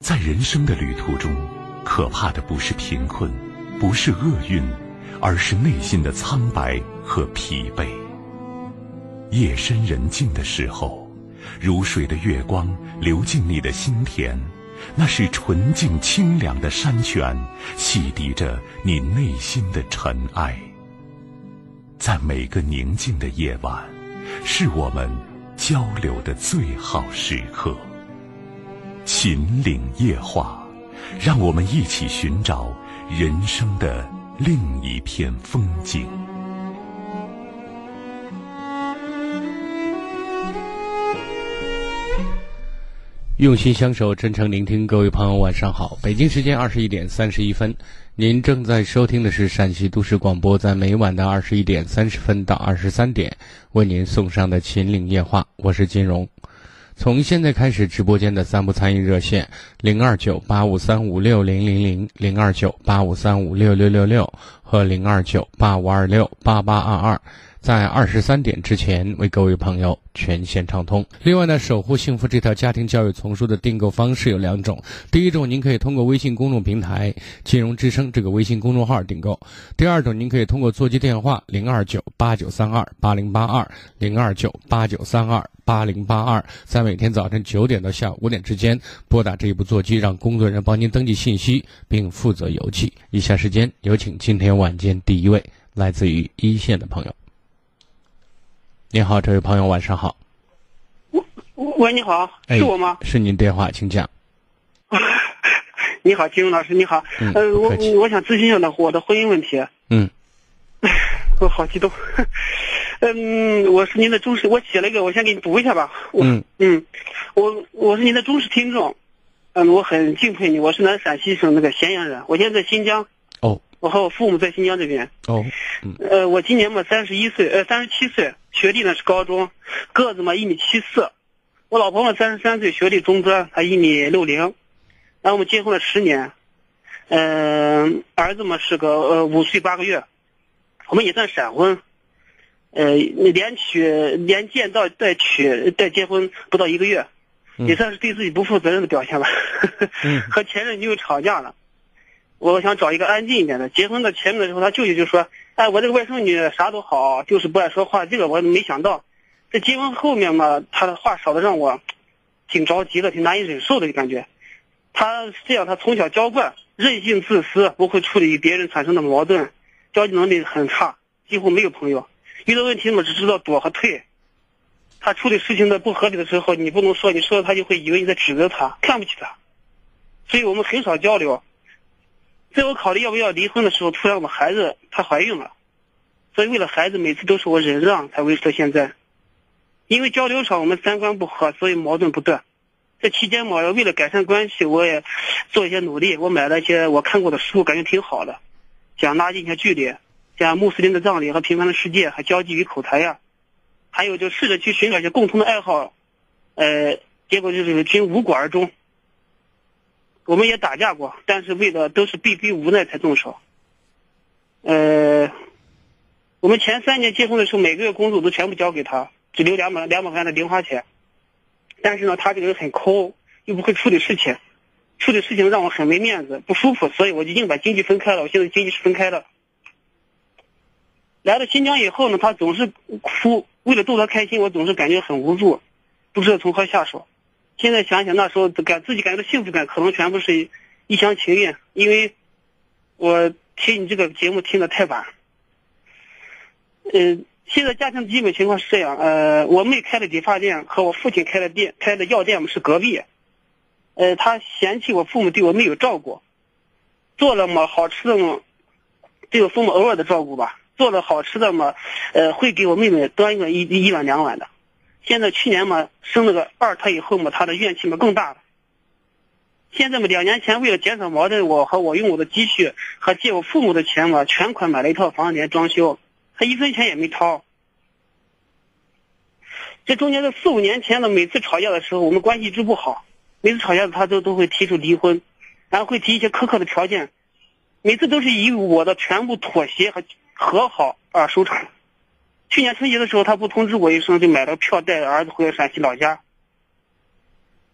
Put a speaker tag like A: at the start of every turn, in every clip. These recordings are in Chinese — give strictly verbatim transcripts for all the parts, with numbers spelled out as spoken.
A: 在人生的旅途中，可怕的不是贫困，不是厄运，而是内心的苍白和疲惫。夜深人静的时候，如水的月光流进你的心田，那是纯净清凉的山泉，洗涤着你内心的尘埃。在每个宁静的夜晚，是我们交流的最好时刻。秦岭夜话，让我们一起寻找人生的另一片风景。
B: 用心相守，真诚聆听，各位朋友晚上好，北京时间二十一点三十一分，您正在收听的是陕西都市广播，在每晚的二十一点三十分到二十三点为您送上的秦岭夜话，我是金荣。从现在开始，直播间的三部参与热线零二九八五三五六零零零、零二九八五三五六六六六和零二九八五二六八八二二，在二十三点之前为各位朋友全线畅通。另外呢，守护幸福这套家庭教育丛书的订购方式有两种。第一种，您可以通过微信公众平台金融之声这个微信公众号订购。第二种，您可以通过座机电话零二九八九三二八零八二、零二九八九三二八零八二，在每天早晨九点到下午五点之间拨打这一部座机，让工作人员帮您登记信息并负责邮寄。以下时间有请今天晚间第一位来自于一线的朋友。你好，这位朋友，晚上好。
C: 喂，你好，是我吗？
B: 哎、是您电话，请讲。
C: 你好，金融老师，你好。
B: 嗯、
C: 呃，我我想咨询一下我的婚姻问题。
B: 嗯。
C: 我好激动。嗯，我是您的忠实，我写了一个，我先给你读一下吧。
B: 嗯
C: 嗯，我我是您的忠实听众。嗯，我很敬佩你。我是南陕西省那个咸阳人，我现在在新疆。
B: 哦。
C: 我和我父母在新疆这边。
B: 哦。嗯。
C: 呃，我今年嘛三十一岁，呃三十七岁，学历呢是高中，个子嘛一米七四。我老婆嘛三十三岁，学历中专，她一米六零。然后我们结婚了十年，嗯、呃，儿子嘛是个呃五岁八个月，我们也算闪婚。呃，连娶连见到带娶带结婚不到一个月，也算是对自己不负责任的表现吧。
B: 嗯、
C: 和前任女友吵架了。我想找一个安静一点的。结婚的前面的时候，他舅舅就说：“哎，我这个外甥女啥都好，就是不爱说话。”这个我没想到，在结婚后面嘛，他的话少的让我挺着急的，挺难以忍受的感觉。他是这样，他从小娇惯，任性自私，不会处理与别人产生的矛盾，交际能力很差，几乎没有朋友。遇到问题嘛，只知道躲和退。他处理事情的不合理的时候，你不能说，你说他就会以为你在指责他，看不起他。所以我们很少交流。在我考虑要不要离婚的时候，突然我们孩子她怀孕了，所以为了孩子，每次都是我忍让才维持到现在。因为交流上我们三观不合，所以矛盾不断。这期间嘛，为了改善关系，我也做一些努力。我买了一些我看过的书，感觉挺好的，想拉近一些距离，像穆斯林的葬礼和平凡的世界，还交际与口才呀，还有就试着去寻找一些共同的爱好，呃，结果就是均无果而终。我们也打架过，但是为了都是被逼无奈才动手。呃，我们前三年结婚的时候，每个月工作都全部交给他，只留两百两百块钱的零花钱。但是呢，他这个人很抠，又不会处理事情，处理事情让我很没面子，不舒服，所以我就硬把经济分开了。我现在经济是分开的。来了新疆以后呢，他总是哭，为了逗他开心，我总是感觉很无助，不知道从何下手。现在想想那时候感自己感觉到幸福感，可能全部是一厢情愿，因为我听你这个节目听得太晚。呃，现在家庭的基本情况是这样，呃，我妹开的理发店和我父亲开的店开的药店是隔壁。呃，他嫌弃我父母对我没有照顾，做了嘛好吃的嘛，对我父母偶尔的照顾吧，做了好吃的嘛，呃，会给我妹妹端一个一一碗两碗的。现在去年嘛生了个二胎以后嘛，他的怨气嘛更大了。现在嘛两年前为了减少矛盾，我和我用我的积蓄和借我父母的钱嘛全款买了一套房连装修，他一分钱也没掏。这中间的四五年前的每次吵架的时候，我们关系一直不好，每次吵架他都都会提出离婚，然后会提一些苛刻的条件，每次都是以我的全部妥协和和好而收场。去年春节的时候，他不通知我一声，就买了票带儿子回了陕西老家。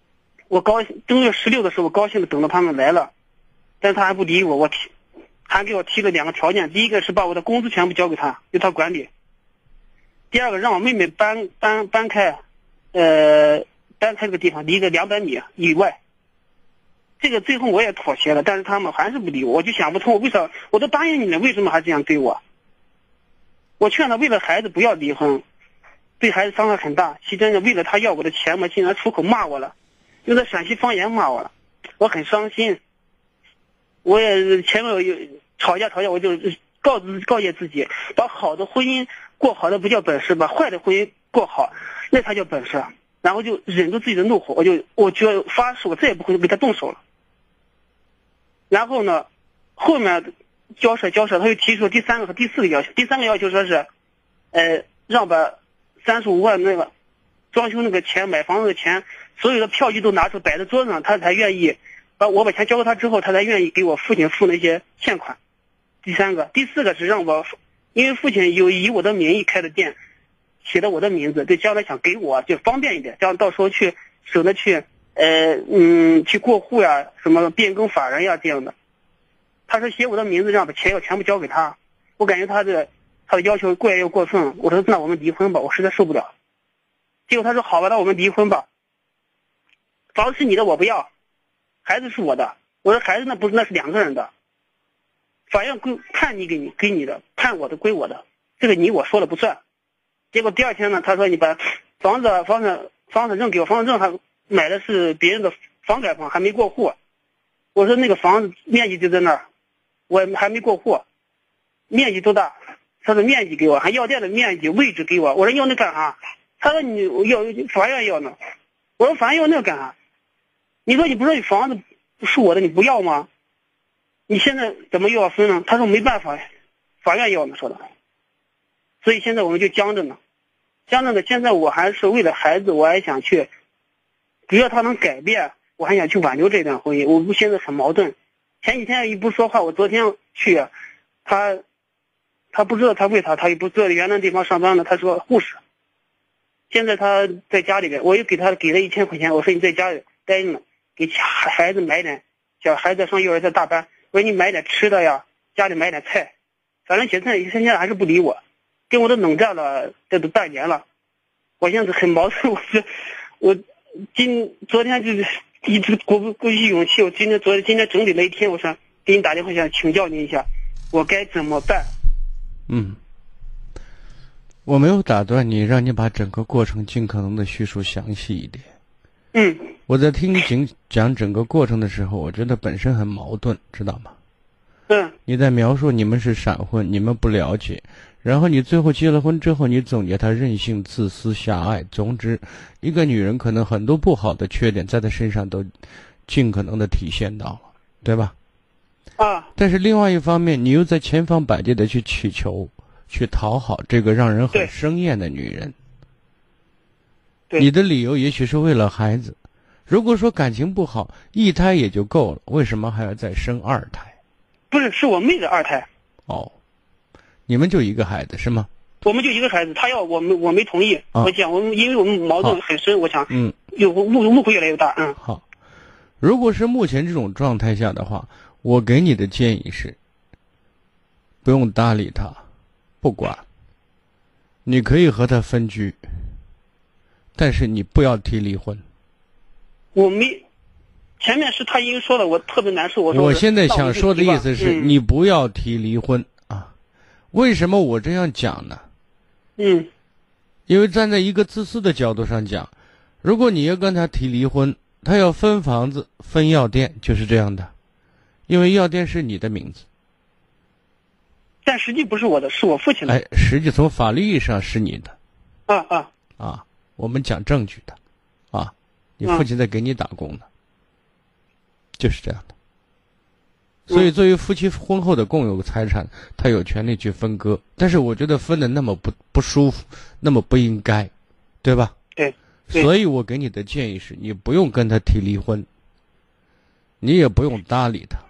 C: 我高正月十六的时候，我高兴的等到他们来了，但是他还不理我，我提还给我提了两个条件，第一个是把我的工资全部交给他，由他管理；第二个让我妹妹搬搬搬开，呃，搬开这个地方离个两百米以外。这个最后我也妥协了，但是他们还是不理我，我就想不通，为啥我都答应你了，为什么还这样对我？我劝他为了孩子不要离婚，对孩子伤害很大。其实为了他要我的钱嘛，竟然出口骂我了，用的陕西方言骂我了，我很伤心。我也前面有吵架吵架，我就告知告诫自己，把好的婚姻过好的不叫本事，把坏的婚姻过好那才叫本事。然后就忍住自己的怒火，我就我就发誓我再也不会给他动手了。然后呢，后面交涉交涉，他又提出第三个和第四个要求。第三个要求说是，呃，让把三十五万那个装修那个钱、买房子的钱，所有的票据都拿出摆在桌子上，他才愿意把我把钱交给他之后，他才愿意给我父亲付那些欠款。第三个，第四个是让我，因为父亲有以我的名义开的店，写的我的名字，对将来想给我就方便一点，这样到时候去省得去。呃嗯，去过户呀，什么变更法人呀这样的。他说写我的名字，让把钱要全部交给他。我感觉他的他的要求过也又过分。我说那我们离婚吧，我实在受不了。结果他说好吧，那我们离婚吧。房子是你的，我不要；孩子是我的。我说孩子那不是，那是两个人的。法院归判你给你归你的，判我的归我的，这个你我说了不算。结果第二天呢，他说你把房子房子房子证给我，房子证还。买的是别人的房改房，还没过户。我说那个房子面积就在那儿，我还没过户，面积多大？他说面积给我，还药店的面积位置给我。我说要那干啥？他说你要法院要呢。我说法院要那干啥？你说你不是房子是我的，你不要吗？你现在怎么又要分呢？他说没办法，法院要呢说的。所以现在我们就僵着呢，僵着呢。现在我还是为了孩子，我还想去。只要他能改变，我还想去挽留这段婚姻。我现在很矛盾。前几天一不说话，我昨天去，他他不知道他为啥，他也不在原来地方上班了。他说护士。现在他在家里边，我又给他给了一千块钱。我说你在家里待着呢，给孩子买点，小孩子上幼儿园大班，我说你买点吃的呀，家里买点菜。反正现在现在还是不理我，跟我都冷战了，这都半年了。我现在很矛盾，我是我。今昨天就是一直鼓不鼓起勇气，我今天昨天今天整理了一天，我说给你打电话想请教你一下，我该怎么办？
B: 嗯，我没有打断你，让你把整个过程尽可能的叙述详细一点。
C: 嗯，
B: 我在听你讲讲整个过程的时候，我觉得本身很矛盾，知道吗？
C: 嗯，
B: 你在描述你们是闪婚，你们不了解。然后你最后结了婚之后，你总结她任性、自私、狭隘。总之，一个女人可能很多不好的缺点在她身上都尽可能的体现到了，对吧？
C: 啊。
B: 但是另外一方面，你又在千方百计的去祈求、去讨好这个让人很生厌的女人。
C: 对。
B: 你的理由也许是为了孩子。如果说感情不好，一胎也就够了，为什么还要再生二胎？
C: 不是，是我妹的二胎。
B: 哦。你们就一个孩子是吗？
C: 我们就一个孩子，他要我们我没同意。啊、我讲我们因为我们矛盾很深，我想嗯，有误误会越来越大。嗯，
B: 好。如果是目前这种状态下的话，我给你的建议是，不用搭理他，不管。你可以和他分居，但是你不要提离婚。
C: 我没，前面是他因为说了，我特别难受。我说
B: 我现在想说的意思是，嗯、你不要提离婚。为什么我这样讲呢？
C: 嗯，
B: 因为站在一个自私的角度上讲，如果你要跟他提离婚，他要分房子、分药店，就是这样的，因为药店是你的名字，
C: 但实际不是我的，是我父亲的。
B: 哎，实际从法律意义上是你的。
C: 啊啊
B: 啊！我们讲证据的，啊，你父亲在给你打工的，嗯、就是这样的。所以作为夫妻婚后的共有财产，他有权利去分割，但是我觉得分的那么不不舒服，那么不应该，对吧？
C: 对。
B: 所以我给你的建议是，你不用跟他提离婚，你也不用搭理他。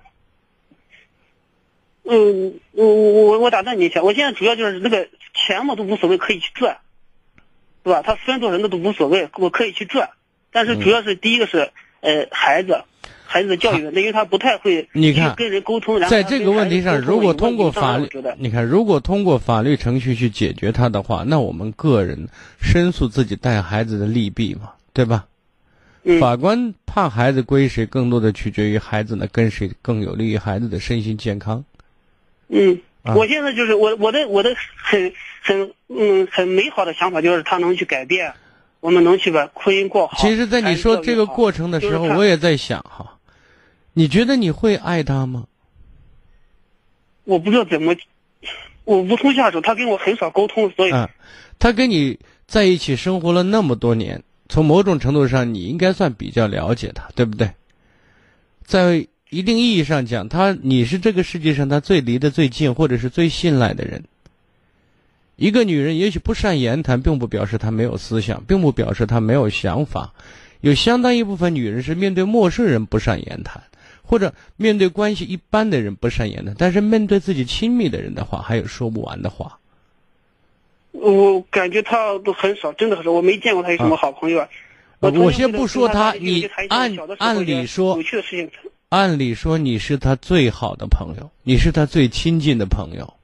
C: 嗯，我我我打断你一下，我现在主要就是那个钱嘛都无所谓，可以去赚，是吧？他分多少人都都无所谓，我可以去赚，但是主要是、嗯、第一个是。 呃孩子。孩子的教育，那因为他不太会
B: 你看
C: 跟人沟通。
B: 在这个问题上，如果通过法律，你看，如果通过法律程序去解决他的话，那我们个人申诉自己带孩子的利弊嘛，对吧？
C: 嗯、
B: 法官判孩子归谁，更多的取决于孩子呢，跟谁更有利于孩子的身心健康。
C: 嗯，啊、我现在就是我我的我的很很嗯很美好的想法就是他能去改变，我们能去把婚姻过好。
B: 其实，在你说这个过程的时候，我也在想哈。你觉得你会爱他吗？
C: 我不知道怎么，我无从下手。他跟我很少沟通，所以
B: 啊，他跟你在一起生活了那么多年，从某种程度上，你应该算比较了解他，对不对？在一定意义上讲，他你是这个世界上他最离得最近，或者是最信赖的人。一个女人也许不善言谈，并不表示她没有思想，并不表示她没有想法。有相当一部分女人是面对陌生人不善言谈。或者面对关系一般的人不善言的，但是面对自己亲密的人的话，还有说不完的话。
C: 我感觉他都很少，真的很少，我没见过他有什么好朋友。啊、
B: 我, 我先不说他，你按按理说，按理说你是他最好的朋友，你是他最亲近的朋友。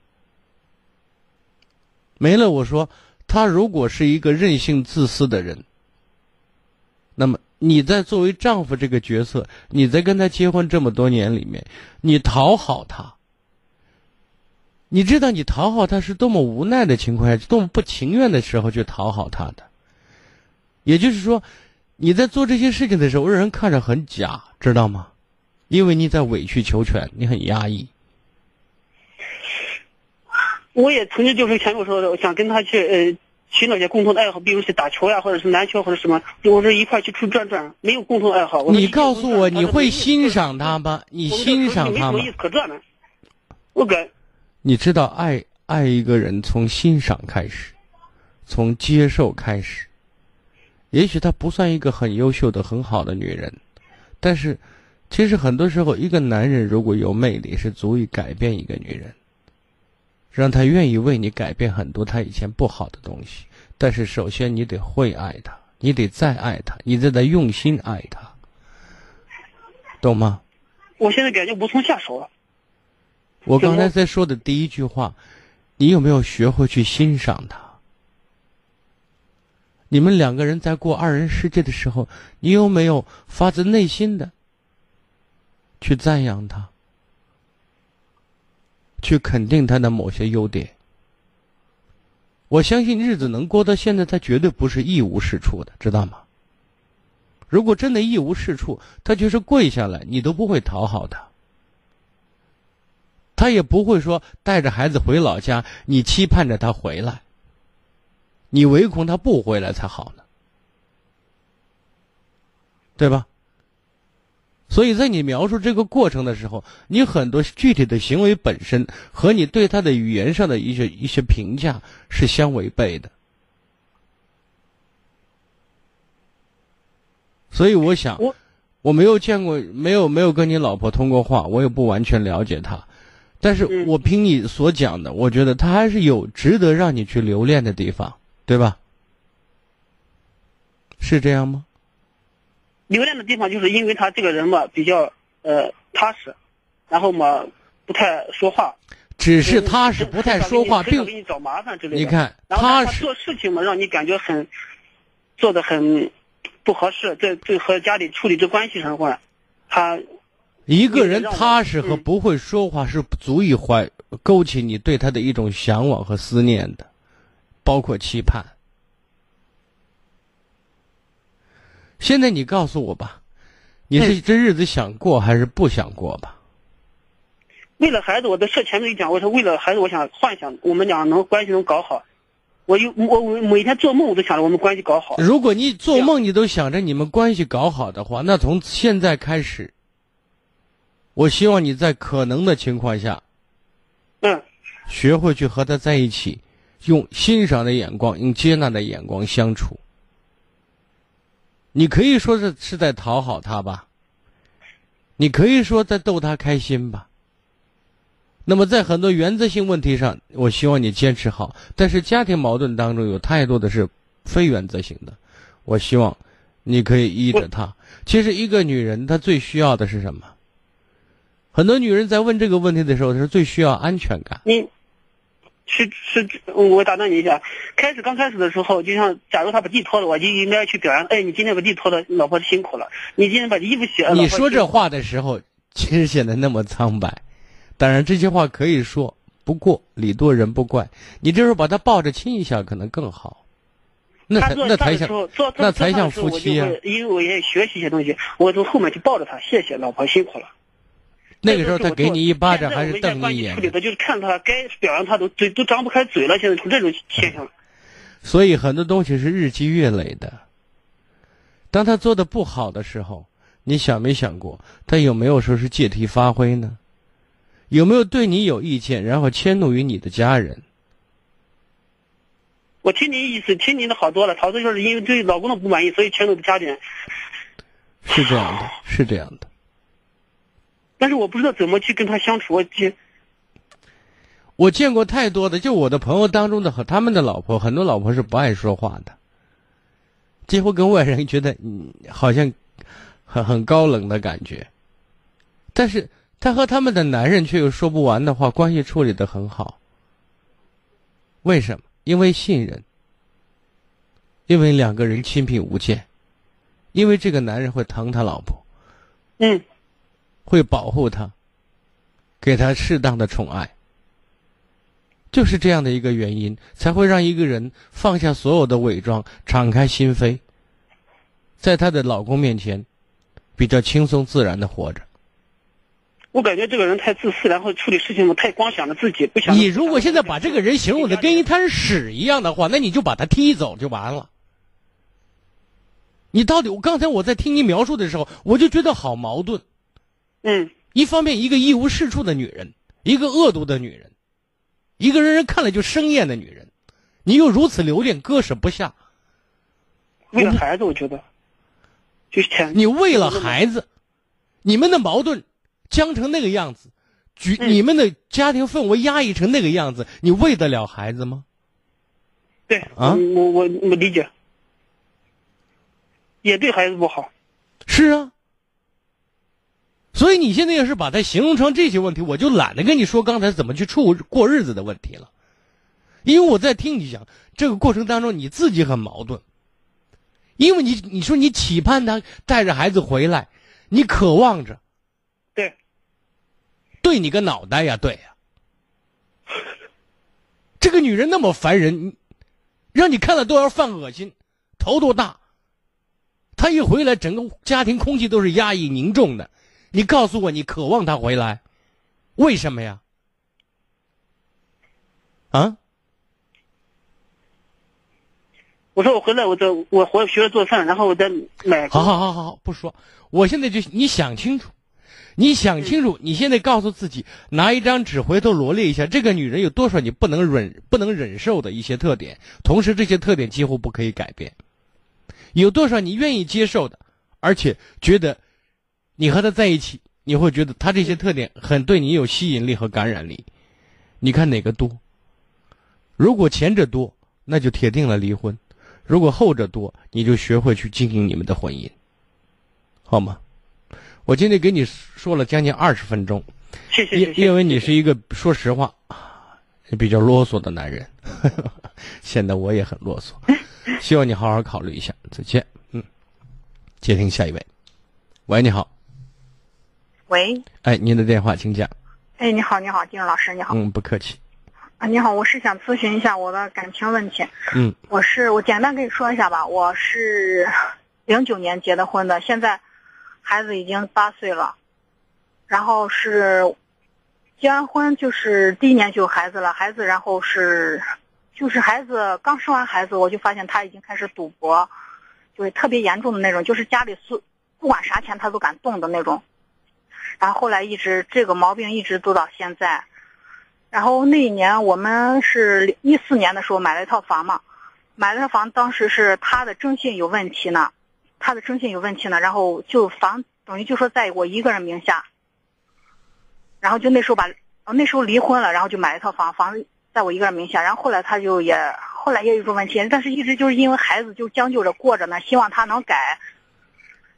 B: 没了，我说他如果是一个任性自私的人，那么。你在作为丈夫这个角色，你在跟他结婚这么多年里面，你讨好他，你知道你讨好他是多么无奈的情况下，多么不情愿的时候去讨好他的。也就是说，你在做这些事情的时候，让人看着很假，知道吗？因为你在委曲求全，你很压抑。
C: 我也曾经就是前面说的，我想跟他去呃。寻找一些共同的爱好，比如是打球呀，或者是篮球，或者什么，我说一块去出去转转，没有共同爱好。
B: 你告诉我，你会欣赏他吗？你欣赏他吗？
C: 没什么意思可转的。我感，
B: 你知道，爱爱一个人从欣赏开始，从接受开始。也许她不算一个很优秀的、很好的女人，但是，其实很多时候，一个男人如果有魅力，是足以改变一个女人。让他愿意为你改变很多他以前不好的东西，但是首先你得会爱他，你得再爱他，你得再用心爱他，懂吗？
C: 我现在感觉无从下手了。
B: 我刚才在说的第一句话，你有没有学会去欣赏他？你们两个人在过二人世界的时候，你有没有发自内心的去赞扬他？去肯定他的某些优点。我相信日子能过到现在，他绝对不是一无是处的，知道吗？如果真的一无是处，他就是跪下来，你都不会讨好他。他也不会说带着孩子回老家，你期盼着他回来，你唯恐他不回来才好呢，对吧？所以在你描述这个过程的时候，你很多具体的行为本身和你对他的语言上的一些一些评价是相违背的。所以我想，我, 我没有见过，没有没有跟你老婆通过话，我也不完全了解她，但是我凭你所讲的，我觉得她还是有值得让你去留恋的地方，对吧？是这样吗？
C: 留恋的地方就是因为他这个人嘛比较呃踏实，然后嘛不太说话，
B: 只是踏实不太说话，并
C: 给你找麻烦之类的。
B: 你看，
C: 踏实做事情嘛，让你感觉很做的很不合适，在在和家里处理这关系上的话，他
B: 一个人踏实和不会说话是足以怀勾起你对他的一种向往和思念的，包括期盼。现在你告诉我吧，你是这日子想过还是不想过吧？
C: 为了孩子，我在这前面一讲，我说为了孩子，我想幻想我们俩能关系能搞好。我有我我每天做梦我都想着我们关系搞好。
B: 如果你做梦你都想着你们关系搞好的话，那从现在开始，我希望你在可能的情况下，
C: 嗯，
B: 学会去和他在一起，用欣赏的眼光，用接纳的眼光相处。你可以说是是在讨好他吧，你可以说在逗他开心吧。那么在很多原则性问题上，我希望你坚持好，但是家庭矛盾当中有太多的是非原则性的，我希望你可以依着他。其实一个女人她最需要的是什么？很多女人在问这个问题的时候，她是最需要安全感。
C: 你是是，我打断你一下。开始刚开始的时候，就像假如他把地拖了，我就应该去表扬，哎，你今天把地拖了，老婆辛苦了。你今天把衣服洗了。
B: 你说这话的时候，其实显得那么苍白。当然，这些话可以说，不过礼多人不怪。你这时候把他抱着亲一下，可能更好。那才那才像那才像夫妻啊！
C: 因为我也学习一些东西，我从后面去抱着他，谢谢老婆辛苦了。
B: 那个时候他给你一巴掌还是瞪你一眼？
C: 处理的就是看他该表扬他都嘴都张不开嘴了，现在出这种现象。
B: 所以很多东西是日积月累的。当他做的不好的时候，你想没想过他有没有说是借题发挥呢？有没有对你有意见，然后迁怒于你的家人？
C: 我听您意思，听您的好多了。好多就是因为对老公的不满意，所以迁怒的家人。
B: 是这样的，是这样的。
C: 但是我不知道怎么去跟他相处。我去，
B: 我见过太多的，就我的朋友当中的和他们的老婆，很多老婆是不爱说话的，几乎跟外人觉得嗯，好像很很高冷的感觉。但是他和他们的男人却又说不完的话，关系处理得很好。为什么？因为信任，因为两个人亲密无间，因为这个男人会疼他老婆，
C: 嗯，
B: 会保护他，给他适当的宠爱。就是这样的一个原因，才会让一个人放下所有的伪装，敞开心扉，在她的老公面前比较轻松自然的活着。
C: 我感觉这个人太自私，然后处理事情太光想着自己，不想。
B: 你如果现在把这个人形容的跟一滩屎一样的话，那你就把他踢走就完了。你到底，我刚才我在听你描述的时候，我就觉得好矛盾。
C: 嗯，
B: 一方面一个一无是处的女人，一个恶毒的女人，一个人人看了就生厌的女人，你又如此留恋，割舍不下。
C: 为了孩子，我觉得，就是钱。
B: 你为了孩子，你们的矛盾僵成那个样子，举、嗯、你们的家庭氛围压抑成那个样子，你为得了孩子吗？
C: 对啊，我我我理解，也对孩子不好。
B: 是啊，所以你现在要是把它形容成这些问题，我就懒得跟你说刚才怎么去处过日子的问题了，因为我在听你讲这个过程当中，你自己很矛盾，因为你你说你期盼他带着孩子回来，你渴望着。
C: 对，
B: 对你个脑袋呀，对呀！这个女人那么烦人，让你看了都要犯恶心，头多大。她一回来，整个家庭空气都是压抑凝重的。你告诉我，你渴望她回来，为什么呀？啊？
C: 我说我回来，我再我我学着做饭，然后我再买。
B: 好好好好，不说，我现在就你想清楚。你想清楚，你现在告诉自己，拿一张纸回头罗列一下，这个女人有多少你不能忍、不能忍受的一些特点，同时这些特点几乎不可以改变。有多少你愿意接受的，而且觉得你和她在一起，你会觉得她这些特点很对你有吸引力和感染力。你看哪个多？如果前者多，那就铁定了离婚；如果后者多，你就学会去经营你们的婚姻，好吗？我今天给你说了将近二十分钟，
C: 谢谢。因
B: 因为你是一个说实话比较啰嗦的男人，显得我也很啰嗦。希望你好好考虑一下。再见。嗯，接听下一位。喂，你好。
D: 喂。
B: 哎，您的电话请讲。
D: 哎，你好，你好，金融老师，你好。
B: 嗯，不客气。
D: 啊，你好，我是想咨询一下我的感情问题。
B: 嗯。
D: 我是我简单跟你说一下吧，我是零九年结的婚的，现在孩子已经八岁了，然后是结完婚就是第一年就有孩子了，孩子然后是就是孩子刚生完孩子，我就发现他已经开始赌博，就是特别严重的那种，就是家里不管啥钱他都敢动的那种。然后后来一直这个毛病一直都到现在。然后那一年我们是一四年的时候买了一套房嘛，买了套房当时是他的征信有问题呢。他的征信有问题呢，然后就房等于就说在我一个人名下，然后就那时候把那时候离婚了，然后就买了一套房，房子在我一个人名下，然后后来他就也后来也有一种问题，但是一直就是因为孩子就将就着过着呢，希望他能改，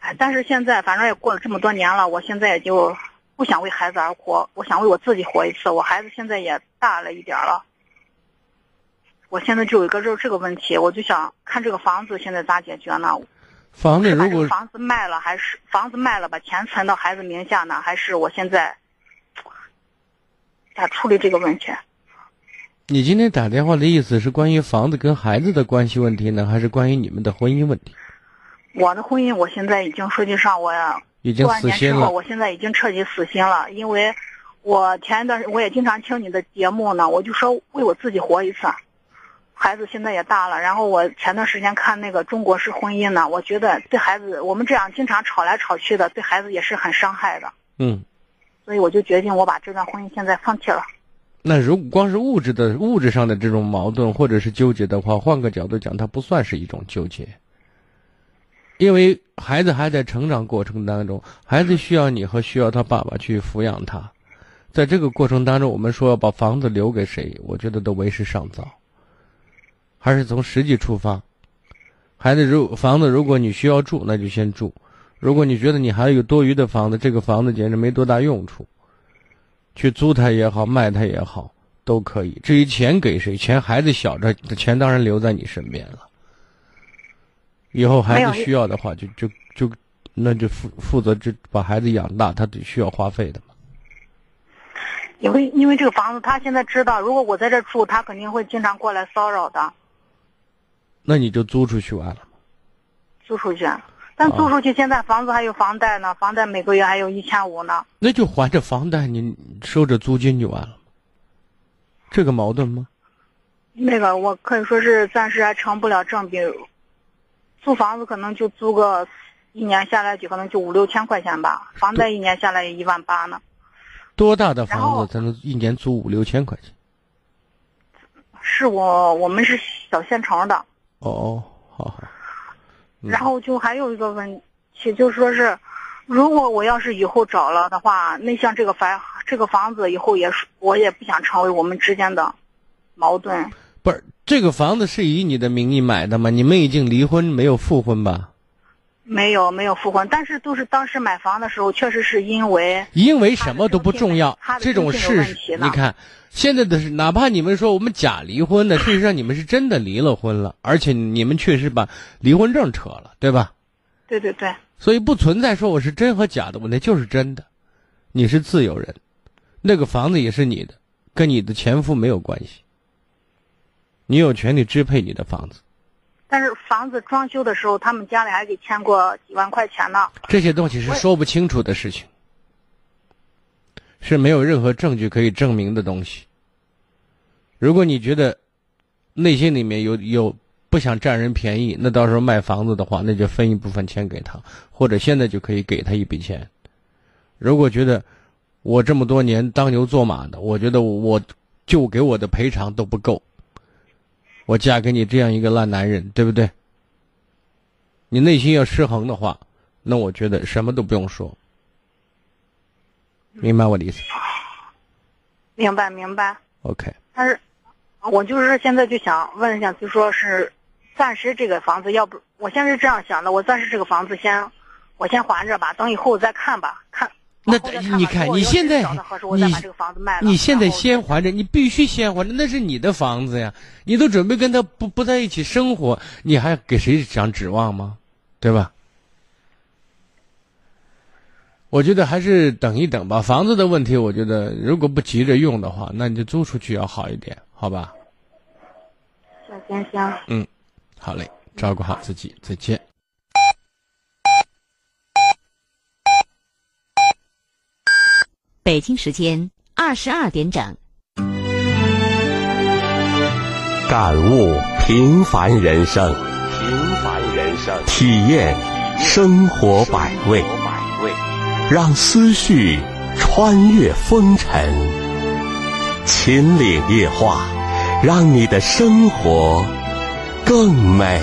D: 哎，但是现在反正也过了这么多年了，我现在也就不想为孩子而活，我想为我自己活一次。我孩子现在也大了一点了，我现在就有一个这这个问题，我就想看这个房子现在咋解决呢？
B: 房子如果
D: 房子卖了，还是房子卖了把钱存到孩子名下呢，还是我现在咋处理这个问题？
B: 你今天打电话的意思是关于房子跟孩子的关系问题呢，还是关于你们的婚姻问题？
D: 我的婚姻，我现在已经实际上我
B: 已经死心了。
D: 我现在已经彻底死心了，因为我前一段我也经常听你的节目呢，我就说为我自己活一次。孩子现在也大了，然后我前段时间看那个中国式婚姻呢，我觉得对孩子，我们这样经常吵来吵去的，对孩子也是很伤害的。
B: 嗯，
D: 所以我就决定我把这段婚姻现在放弃了。
B: 那如果光是物质的物质上的这种矛盾或者是纠结的话，换个角度讲，它不算是一种纠结，因为孩子还在成长过程当中，孩子需要你和需要他爸爸去抚养他，在这个过程当中，我们说要把房子留给谁，我觉得都为时尚早，还是从实际出发。孩子如房子如果你需要住，那就先住，如果你觉得你还有多余的房子，这个房子简直没多大用处，去租它也好，卖它也好，都可以。至于钱给谁，钱孩子小着，钱当然留在你身边了。以后孩子需要的话，就就就那就负负责就把孩子养大，他得需要花费的嘛。
D: 因为因为这个房子，他现在知道，如果我在这住，他肯定会经常过来骚扰的。
B: 那你就租出去完了吗？
D: 租出去，但租出去现在房子还有房贷呢，房贷每个月还有一千五呢。
B: 那就还着房贷，你收着租金就完了吗？这个矛盾吗？
D: 那个我可以说是暂时还成不了正比，租房子可能就租个一年下来就可能就五六千块钱吧，房贷一年下来也一万八呢。
B: 多大的房子才能一年租五六千块钱？
D: 是我我们是小县城的。
B: 哦，好好。嗯、
D: 然后就还有一个问题，就说是，如果我要是以后找了的话，那像这个房这个房子以后也是，我也不想成为我们之间的矛盾。
B: 不是，这个房子是以你的名义买的吗？你们已经离婚，没有复婚吧？
D: 没有，没有复婚，但是都是当时买房的时候，确实是因为
B: 因为什么都不重要，这种事你看，现在的是哪怕你们说我们假离婚的，事实上你们是真的离了婚了，而且你们确实把离婚证扯了，对吧？
D: 对对对。
B: 所以不存在说我是真和假的问题，就是真的，你是自由人，那个房子也是你的，跟你的前夫没有关系，你有权利支配你的房子。
D: 但是房子装修的时候，他们家里还给欠过几万块钱呢。
B: 这些东西是说不清楚的事情，是没有任何证据可以证明的东西。如果你觉得内心里面有有不想占人便宜，那到时候卖房子的话，那就分一部分钱给他，或者现在就可以给他一笔钱。如果觉得我这么多年当牛做马的，我觉得我就给我的赔偿都不够，我嫁给你这样一个烂男人，对不对？你内心要失衡的话，那我觉得什么都不用说。明白我的意思？
D: 明白明白。
B: OK。
D: 但是我就是现在就想问一下，就说是暂时这个房子，要不我现在是这样想的，我暂时这个房子先我先还着吧，等以后再看吧，看。
B: 那你看，你现在你你现在先还着，你必须先还着，那是你的房子呀，你都准备跟他不不在一起生活，你还给谁讲指望吗？对吧？我觉得还是等一等吧。房子的问题，我觉得如果不急着用的话，那你就租出去要好一点，好吧？
D: 行行行。
B: 嗯，好嘞，照顾好自己，再见。
E: 北京时间二十二点整。
A: 感悟平凡人生，平凡人生，体验生活百味，让思绪穿越风尘，秦岭夜话，让你的生活更美。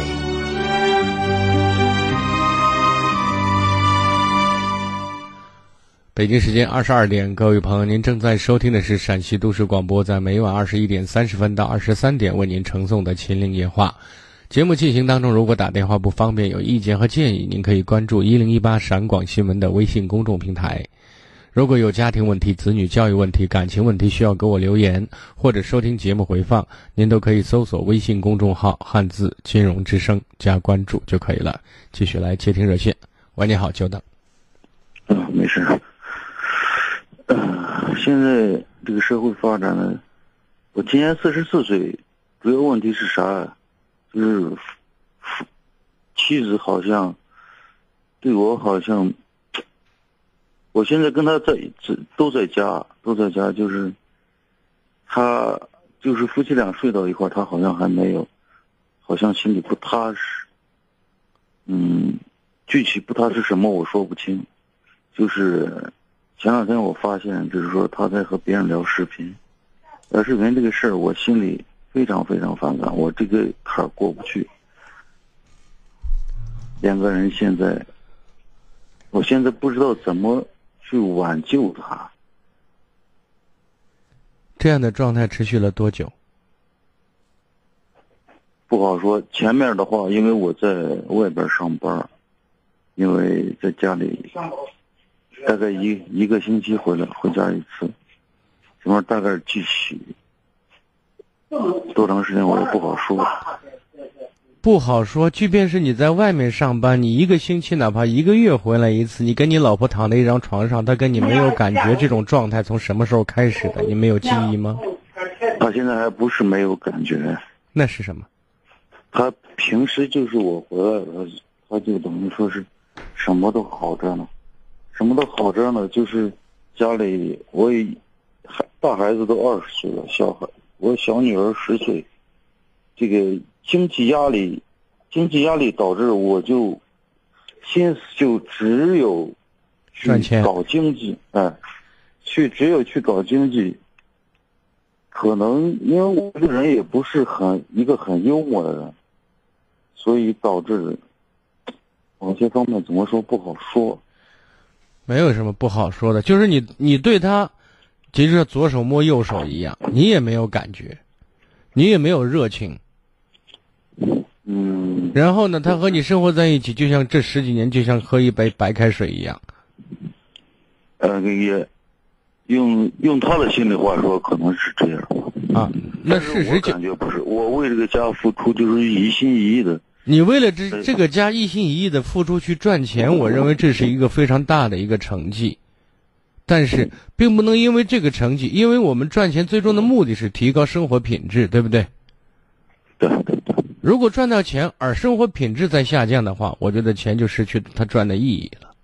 B: 北京时间二十二点，各位朋友，您正在收听的是陕西都市广播，在每晚二十一点三十分到二十三点为您呈送的秦岭夜话。 节目进行当中，如果打电话不方便，有意见和建议，您可以关注一零一八陕广新闻的微信公众平台。如果有家庭问题、子女教育问题、感情问题需要给我留言，或者收听节目回放，您都可以搜索微信公众号汉字金融之声加关注就可以了。继续来接听热线。喂，你好，久等。
F: 嗯，没事。呃，现在这个社会发展呢，我今年四十四岁，主要问题是啥？就是妻子好像对我好像，我现在跟他在都在家都在家，就是他就是夫妻俩睡到一块儿，他好像还没有，好像心里不踏实。嗯，具体不踏实什么我说不清，就是前两天我发现，就是说他在和别人聊视频，聊视频这个事儿，我心里非常非常反感，我这个坎儿过不去。两个人现在，我现在不知道怎么去挽救他。
B: 这样的状态持续了多久？
F: 不好说。前面的话，因为我在外边上班，因为在家里大概一一个星期回来回家一次，前面大概具体多长时间我也不好说。
B: 不好说，即便是你在外面上班，你一个星期哪怕一个月回来一次，你跟你老婆躺在一张床上，她跟你没有感觉，这种状态从什么时候开始的？你没有记忆吗？
F: 她现在还不是没有感觉。
B: 那是什么？
F: 她平时就是我回来了，她就等于说是什么都好着呢，什么都好着呢，就是家里我也大孩子都二十岁了，小孩我小女儿十岁，这个经济压力，经济压力导致我就心思就只有去搞经济，哎，去只有去搞经济。可能因为我这个人也不是很一个很幽默的人，所以导致某些方面怎么说不好说。
B: 没有什么不好说的，就是你你对他，其实左手摸右手一样，你也没有感觉，你也没有热情。
F: 嗯，
B: 然后呢，他和你生活在一起，就像这十几年，就像喝一杯白开水一样。
F: 呃，也用用他的心里话说，可能是这样
B: 啊。那事实
F: 就感觉不是，我为这个家付出就是一心一意的。
B: 你为了这这个家一心一意的付出去赚钱，我认为这是一个非常大的一个成绩。但是，并不能因为这个成绩，因为我们赚钱最终的目的是提高生活品质，对不对？
F: 对对对。
B: 如果赚到钱而生活品质在下降的话，我觉得钱就失去它赚的意义了。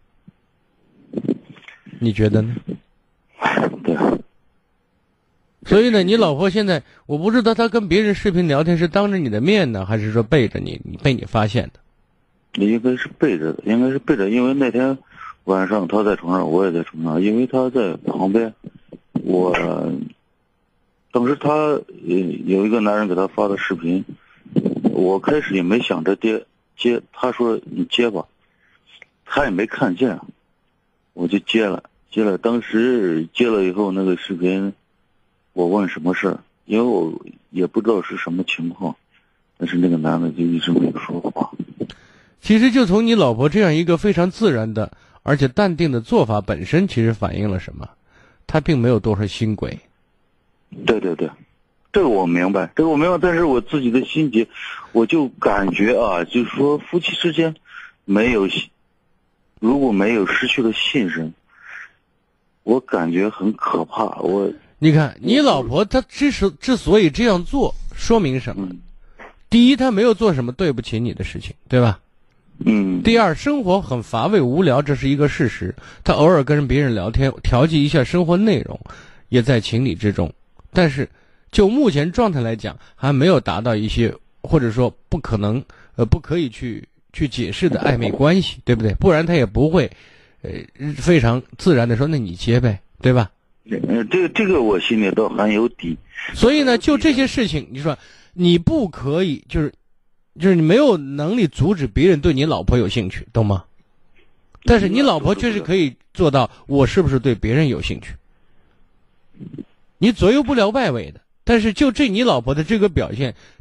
B: 你觉得呢？
F: 对。
B: 所以呢，你老婆现在，我不知道她跟别人视频聊天是当着你的面呢，还是说背着你，你被你发现的？
F: 应该是背着的，应该是背着，因为那天晚上她在床上，我也在床上，因为她在旁边，我当时她有一个男人给她发的视频。我开始也没想着接接，他说你接吧，他也没看见，我就接了接了。当时接了以后，那个视频，我问什么事儿，因为我也不知道是什么情况，但是那个男的就一直没有说话。
B: 其实就从你老婆这样一个非常自然的而且淡定的做法本身，其实反映了什么？她并没有多少心鬼。
F: 对对对。这个我明白，这个我明白，但是我自己的心结，我就感觉啊，就是说夫妻之间没有，如果没有失去了信任，我感觉很可怕。我
B: 你看，你老婆她之所之所以这样做，说明什么？嗯、第一，她没有做什么对不起你的事情，对吧？
F: 嗯。
B: 第二，生活很乏味无聊，这是一个事实。她偶尔跟别人聊天，调剂一下生活内容，也在情理之中。但是。就目前状态来讲，还没有达到一些或者说不可能呃不可以去去解释的暧昧关系，对不对？不然他也不会呃非常自然的说那你接呗，对吧？
F: 呃，这个这个我心里倒还有底。
B: 所以呢，就这些事情，你说你不可以，就是就是你没有能力阻止别人对你老婆有兴趣，懂吗？但是你老婆确实可以做到，我是不是对别人有兴趣？你左右不了外围的。但是就这你老婆的这个表现，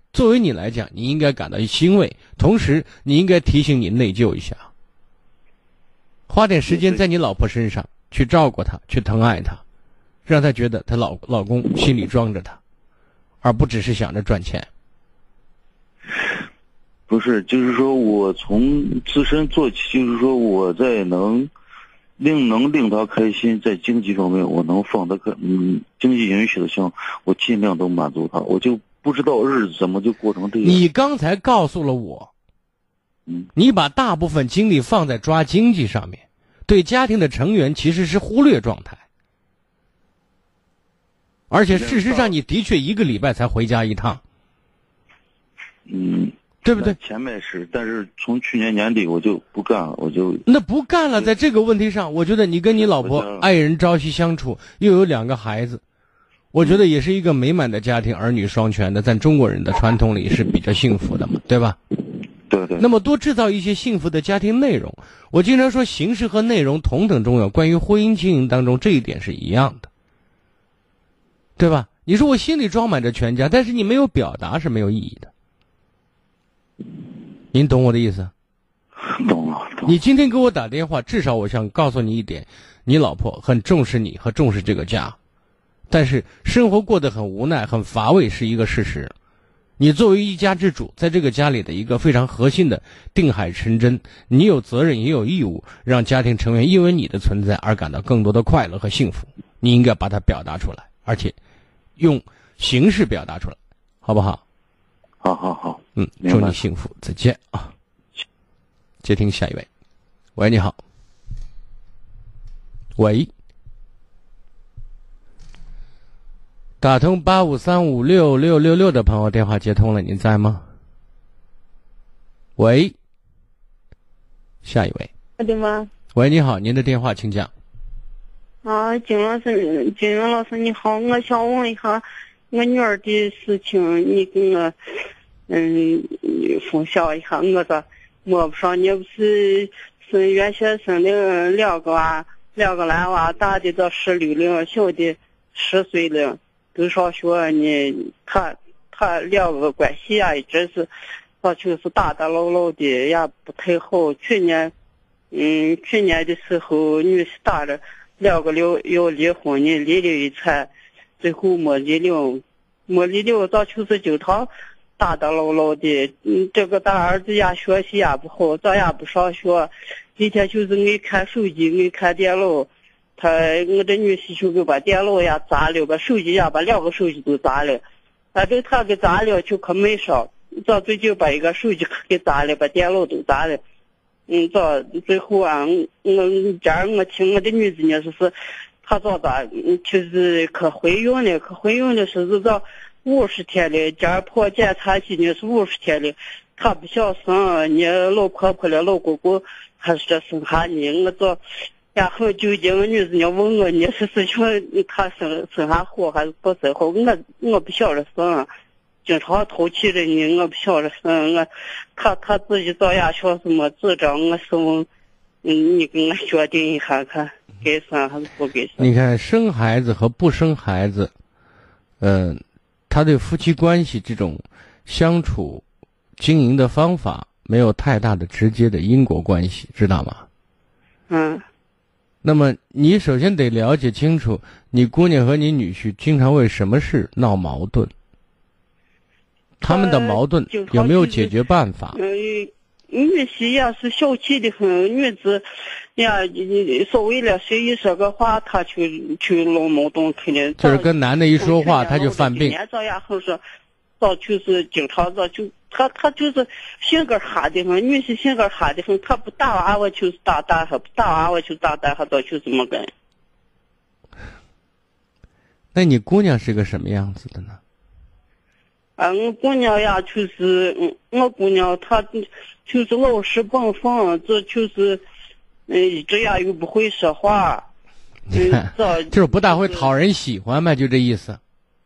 B: 作为你来讲，你应该感到欣慰，同时你应该提醒你内疚一下，花点时间在你老婆身上，去照顾她，去疼爱她，让她觉得她老老公心里装着她，而不只是想着赚钱。
F: 不是，就是说我从自身做起，就是说我在能令能令他开心，在经济方面我能放他开，嗯，经济允许的情况，我尽量都满足他。我就不知道日子怎么就过成这样。
B: 你刚才告诉了我，
F: 嗯，
B: 你把大部分精力放在抓经济上面，对家庭的成员其实是忽略状态。而且事实上，你的确一个礼拜才回家一趟，
F: 嗯。
B: 对不对？
F: 前面是，但是从去年年底我就不干了，我就
B: 那不干了。在这个问题上，我觉得你跟你老婆爱人朝夕相处，又有两个孩子，我觉得也是一个美满的家庭，儿女双全的，在中国人的传统里是比较幸福的嘛，对吧？
F: 对对。
B: 那么多制造一些幸福的家庭内容，我经常说形式和内容同等重要。关于婚姻经营当中，这一点是一样的，对吧？你说我心里装满着全家，但是你没有表达是没有意义的。您懂我的意思？
F: 懂了，懂了。
B: 你今天给我打电话，至少我想告诉你一点，你老婆很重视你和重视这个家，但是生活过得很无奈很乏味是一个事实。你作为一家之主，在这个家里的一个非常核心的定海神针，你有责任也有义务让家庭成员因为你的存在而感到更多的快乐和幸福。你应该把它表达出来，而且用形式表达出来，好不好？
F: 好好好，
B: 嗯，祝你幸福，再见啊！接听下一位，喂，你好，喂，打通八五三五六六六六的朋友电话接通了，您在吗？喂，下一位，
G: 我的妈！
B: 喂，你好，您的电话请讲。
G: 啊，金老师，金元老师你好，我想问一下我女儿的事情，你给我嗯分享一下。我这摸不上，你不是是原先生的两个娃，两个男娃，大的到十六了，小的十岁了，都上学呢。他他两个关系啊，一直是到就是打打闹闹的，也不太好。去年嗯去年的时候，女婿打了两个要要离婚呢，离了一场，最后没离了，没离了，到就是经常打打闹闹的。嗯，这个大儿子呀学习也不好，咱也不上学，今天就是爱看手机，爱看电脑。他我这女婿就给把电脑呀砸了，把手机呀把两个手机都砸了。反正他给砸了就可没少，咱最近把一个手机给砸了，把电脑都砸了。嗯，这最后啊，我这儿我听我的女子呢，就是她早咋，就是可怀孕了，可怀孕了是是到五十天了，这儿跑检查去呢是五十天了，她不想生，你老婆婆了，老公公还是这生下你，我这也很纠结。我女子呢问我呢是是说她生生下好还是不生好，我我不晓得生。经常淘气的你，我不晓得生我，他他自己早呀想什么主张，我是问，嗯，你跟我决定一下，看该生还是不该生。
B: 你看生孩子和不生孩子，嗯、呃，他对夫妻关系这种相处、经营的方法没有太大的直接的因果关系，知道吗？
G: 嗯。
B: 那么你首先得了解清楚，你姑娘和你女婿经常为什么事闹矛盾。他们的矛盾有没有解决办法？
G: 嗯，女婿也是小气的很，女子呀，稍微了谁一说个话，他就就闹矛盾，肯定
B: 就是跟男的一说话，他就犯病。
G: 这样很说，早就是经常这就他他就是性格哈的很，女婿性格哈的很，他不打娃娃就是打打他，不打娃娃就打打他，早就这么个。
B: 那你姑娘是个什么样子的呢？
G: 啊，我姑娘呀，就是，嗯，我姑娘她就是老实本分，这就是，嗯，一直呀又不会说话，
B: 你看，嗯、就是不大会讨人喜欢嘛，就这意思，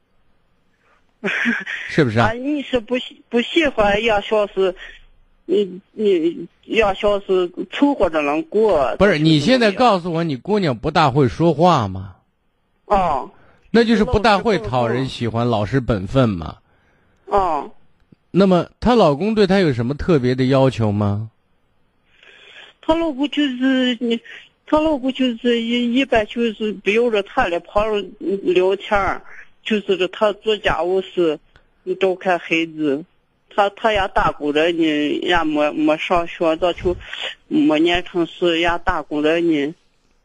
B: 是不是啊？
G: 啊，你是不喜不喜欢呀？像是，你你要像是凑合着能过。
B: 不是，你现在告诉我，你姑娘不大会说话吗？
G: 哦，
B: 那就是不大会讨人喜欢，老实本分嘛。
G: 哦，
B: 那么她老公对她有什么特别的要求吗？
G: 她老公就是你，她老公就是一一般就是不由着她来旁聊天，就是这她做家务事，照看孩子。他他也打工着呢，也没没上学，早就没念成书，也打工着呢。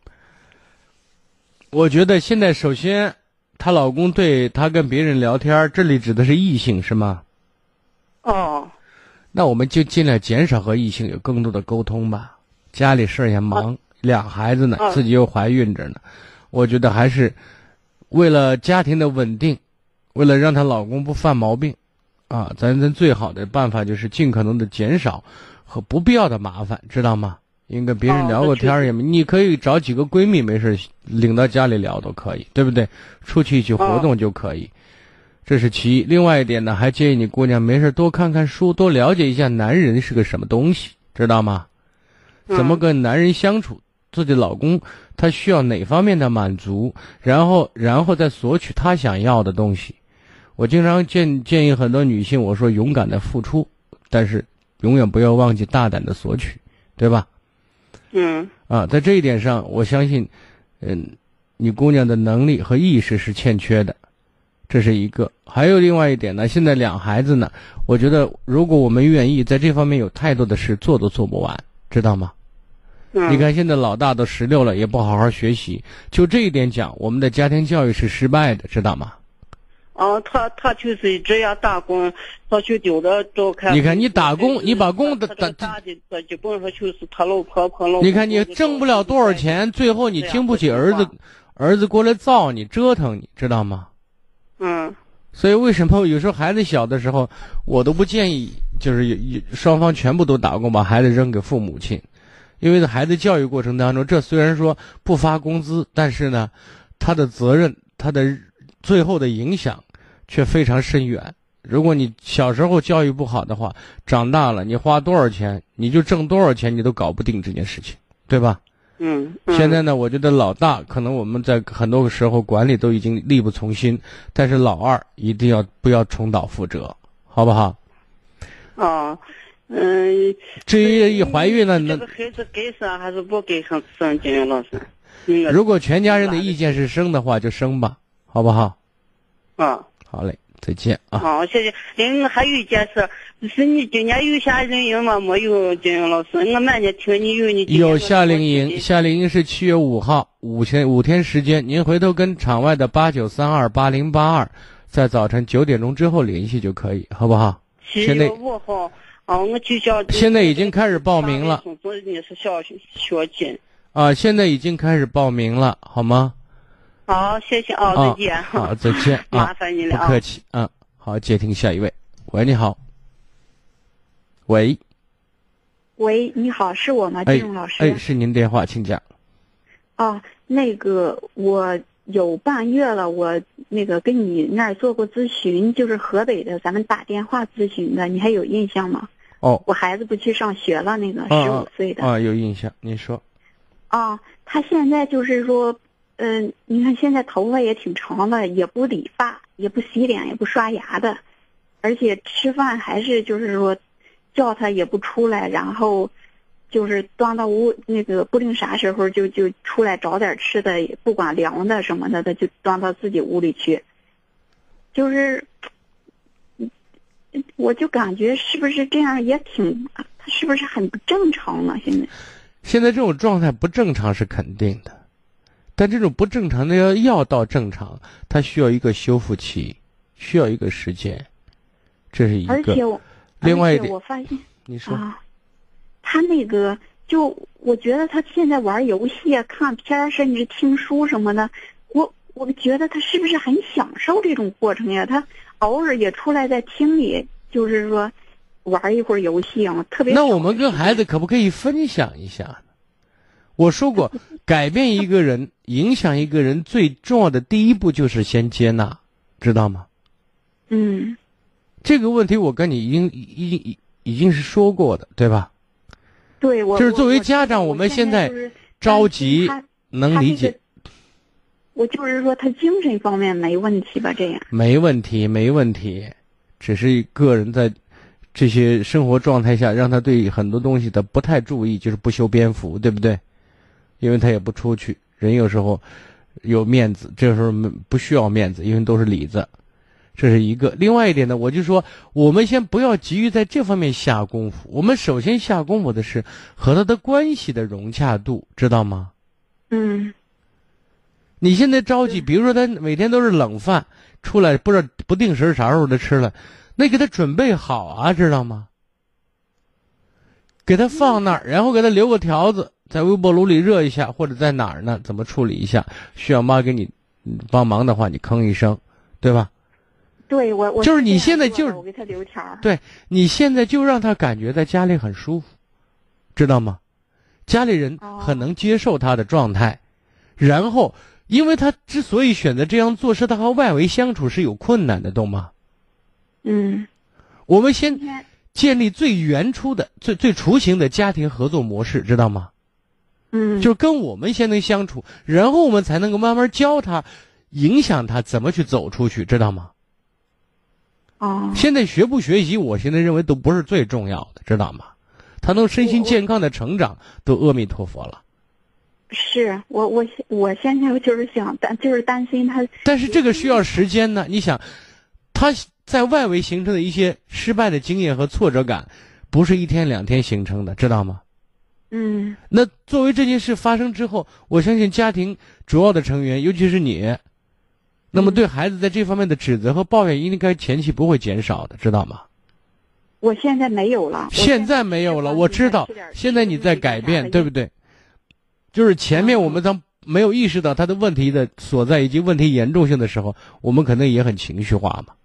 B: 我觉得现在首先，她老公对她跟别人聊天，这里指的是异性是吗？
G: 哦。
B: 那我们就尽量减少和异性有更多的沟通吧。家里事儿也忙，啊、俩孩子呢，啊、自己又怀孕着呢。我觉得还是为了家庭的稳定，为了让她老公不犯毛病。啊，咱咱最好的办法就是尽可能的减少和不必要的麻烦，知道吗？因为跟别人聊个天也没，你可以找几个闺蜜没事领到家里聊都可以，对不对？出去一起活动就可以，这是其一。另外一点呢，还建议你姑娘没事多看看书，多了解一下男人是个什么东西，知道吗？怎么跟男人相处，自己老公他需要哪方面的满足，然后然后再索取他想要的东西。我经常建建议很多女性，我说勇敢的付出，但是永远不要忘记大胆的索取，对吧？
G: 嗯。
B: 啊，在这一点上，我相信，嗯，你姑娘的能力和意识是欠缺的，这是一个。还有另外一点呢，现在两孩子呢，我觉得如果我们愿意，在这方面有太多的事做都做不完，知道吗？
G: 嗯。
B: 你看现在老大都十六了，也不好好学习，就这一点讲，我们的家庭教育是失败的，知道吗？
G: 哦，他他就是这样打工，他去丢着照看。
B: 你看，你打工，你把工的
G: 打打的，他基本上就是他老婆婆老。
B: 你看，你挣不了多少钱，最后你经不起儿子，儿子过来造你、折腾你，知道吗？
G: 嗯。
B: 所以为什么有时候孩子小的时候，我都不建议，就是双方全部都打工，把孩子扔给父母亲，因为在孩子教育过程当中，这虽然说不发工资，但是呢，他的责任，他的最后的影响。却非常深远。如果你小时候教育不好的话，长大了你花多少钱，你就挣多少钱，你都搞不定这件事情，对吧？
G: 嗯。嗯
B: 现在呢，我觉得老大可能我们在很多时候管理都已经力不从心，但是老二一定要不要重蹈覆辙，好不好？
G: 哦，嗯。
B: 至于一怀孕了，
G: 这个孩子该生还是不该生？生金云老师。
B: 如果全家人的意见是生的话，就生吧，好不好？
G: 啊。
B: 好嘞，再见啊！
G: 好，谢谢。嗯，还有一件事，是你今年有夏令营吗？没有，金云老师。我满年听你有，你
B: 有夏令营，夏令营是七月五号，五天五天时间。您回头跟场外的八九三二八零八二，在早晨九点钟之后联系就可以，好不好？
G: 七月五号啊，我就想
B: 现在已经开始报名了。
G: 你是小学金
B: 啊，现在已经开始报名了，好吗？
G: 好，谢谢啊，再见。
B: 好，再见。
G: 麻烦你了啊，
B: 不客气啊。好，接听下一位。喂，你好。喂。
D: 喂，你好，是我吗，金荣老师？
B: 哎，是您电话，请讲。
D: 哦，那个我有半月了，我那个跟你那儿做过咨询，就是河北的，咱们打电话咨询的，你还有印象吗？
B: 哦，
D: 我孩子不去上学了，那个十五岁的。
B: 啊，有印象，您说。
D: 啊，他现在就是说。嗯，你看现在头发也挺长了，也不理发，也不洗脸，也不刷牙的，而且吃饭还是就是说，叫他也不出来，然后就是端到屋那个不定啥时候就就出来找点吃的，也不管凉的什么的，他就端到自己屋里去。就是，我就感觉是不是这样也挺，他是不是很不正常呢？现在，
B: 现在这种状态不正常是肯定的。但这种不正常的要要到正常，它需要一个修复期，需要一个时间，这是一个。
D: 而且我，
B: 另外一点，
D: 我发现，
B: 你说
D: 啊，他那个就我觉得他现在玩游戏啊、看片甚至听书什么的，我我觉得他是不是很享受这种过程呀？他偶尔也出来在厅里，就是说玩一会儿游戏啊，特别。
B: 那我们跟孩子可不可以分享一下呢？我说过，改变一个人、影响一个人最重要的第一步就是先接纳，知道吗？
D: 嗯，
B: 这个问题我跟你已经已经已经是说过的，对吧？
D: 对，我
B: 就是作为家长，
D: 我
B: 我们现
D: 在
B: 着急，能理解。
D: 我就是说，他精神方面没问题吧？这样
B: 没问题，没问题，只是个人在这些生活状态下，让他对很多东西的不太注意，就是不修边幅，对不对？因为他也不出去，人有时候有面子，这时候不需要面子，因为都是里子，这是一个。另外一点呢，我就说我们先不要急于在这方面下功夫，我们首先下功夫的是和他的关系的融洽度，知道吗？
D: 嗯。
B: 你现在着急，比如说他每天都是冷饭出来，不知道不定时啥时候他吃了，那给他准备好啊，知道吗？给他放那儿，然后给他留个条子，在微波炉里热一下，或者在哪儿呢？怎么处理一下？需要妈给你帮忙的话，你吭一声，对吧？
D: 对，我我
B: 就是你现在就是
D: 我给他留条。
B: 对，你现在就让他感觉在家里很舒服，知道吗？家里人很能接受他的状态，然后。因为他之所以选择这样做，是他和外围相处是有困难的，懂吗？
D: 嗯，
B: 我们先建立最原初的、最最雏形的家庭合作模式，知道吗？
D: 嗯，
B: 就是跟我们先能相处，然后我们才能够慢慢教他、影响他怎么去走出去，知道吗？
D: 哦，
B: 现在学不学习，我现在认为都不是最重要的，知道吗？他能身心健康的成长，都阿弥陀佛了。
D: 是我我我现在就是想担就是担心他，
B: 但是这个需要时间呢。你想，他在外围形成的一些失败的经验和挫折感，不是一天两天形成的，知道吗？
D: 嗯。
B: 那作为这件事发生之后，我相信家庭主要的成员，尤其是你，那么对孩子在这方面的指责和抱怨，应该前期不会减少的，知道吗？
D: 我现在没有了。
B: 现在没有了，我知道。现在你在改变，对不对？就是前面我们当没有意识到他的问题的所在以及问题严重性的时候，我们可能也很情绪化嘛。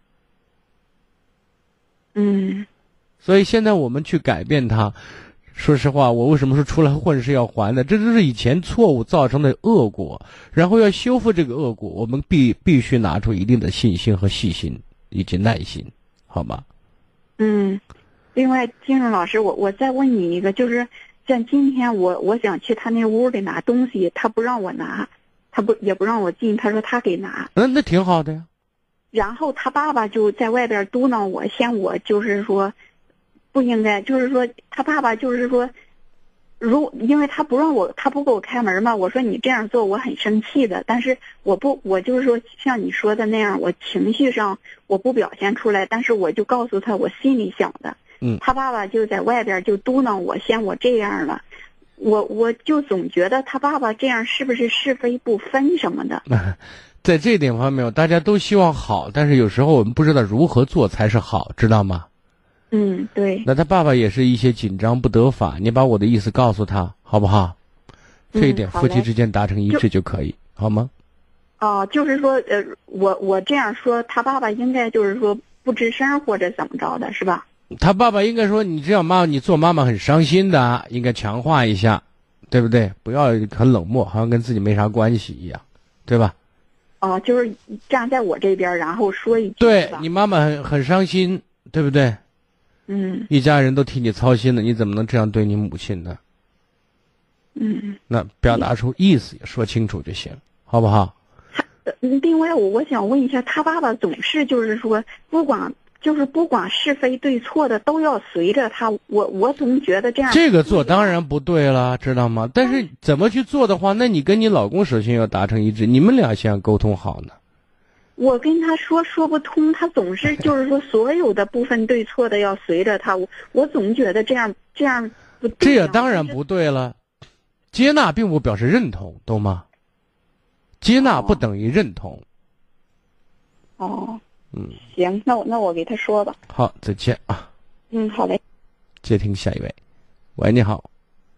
D: 嗯。
B: 所以现在我们去改变他，说实话，我为什么说出来混是要还的？这就是以前错误造成的恶果，然后要修复这个恶果，我们必必须拿出一定的信心和细心以及耐心，好吗？
D: 嗯。另外，金荣老师，我我再问你一个，就是。像今天我我想去他那屋里拿东西，他不让我拿，他不也不让我进，他说他给拿。
B: 嗯，那挺好的呀。
D: 然后他爸爸就在外边嘟囔我，嫌我就是说不应该，就是说他爸爸就是说，如因为他不让我，他不给我开门嘛，我说你这样做我很生气的，但是我不，我就是说像你说的那样，我情绪上我不表现出来，但是我就告诉他我心里想的。
B: 嗯，
D: 他爸爸就在外边就嘟囔我，嫌我这样了，我我就总觉得他爸爸这样是不是是非不分什么的？
B: 在这一点方面，大家都希望好，但是有时候我们不知道如何做才是好，知道吗？
D: 嗯，对。
B: 那他爸爸也是一些紧张不得法，你把我的意思告诉他，好不好？这一点夫妻之间达成一致就可以，好吗？
D: 哦，就是说，呃，我我这样说，他爸爸应该就是说不吱声或者怎么着的，是吧？
B: 他爸爸应该说，你这样妈，你做妈妈很伤心的，应该强化一下，对不对？不要很冷漠，好像跟自己没啥关系一样，对吧？
D: 哦，就是站在我这边，然后说一句。
B: 对，你妈妈很很伤心，对不对？
D: 嗯。
B: 一家人都替你操心了，你怎么能这样对你母亲呢？
D: 嗯。
B: 那表达出意思也说清楚就行，好不好？
D: 另外，我我想问一下，他爸爸总是就是说，不管。就是不管是非对错的都要随着他，我我总觉得这样
B: 这个做当然不对了，知道吗？但是怎么去做的话，那你跟你老公首先要达成一致，你们俩先要沟通好呢。
D: 我跟他说说不通，他总是就是说所有的部分对错的要随着他，我我总觉得这样这样不对。
B: 这也当然不对了，接纳并不表示认同，懂吗？接纳不等于认同。
D: 哦。
B: 嗯，
D: 行，那我那我给他说吧。
B: 好，再见啊。
D: 嗯，好嘞。
B: 接听下一位，喂，你好。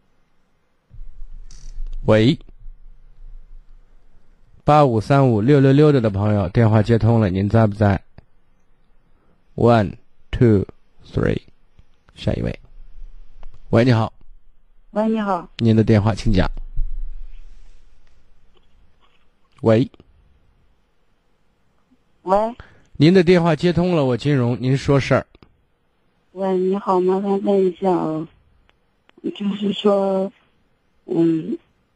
B: 喂，八五三五六六六的朋友，电话接通了，您在不在 ？One, two, three， 下一位。喂，你好。
H: 喂，你好。
B: 您的电话请讲。喂。
H: 喂。
B: 您的电话接通了，我金融，您说事儿。
H: 喂，你好，麻烦问一下啊，就是说，嗯，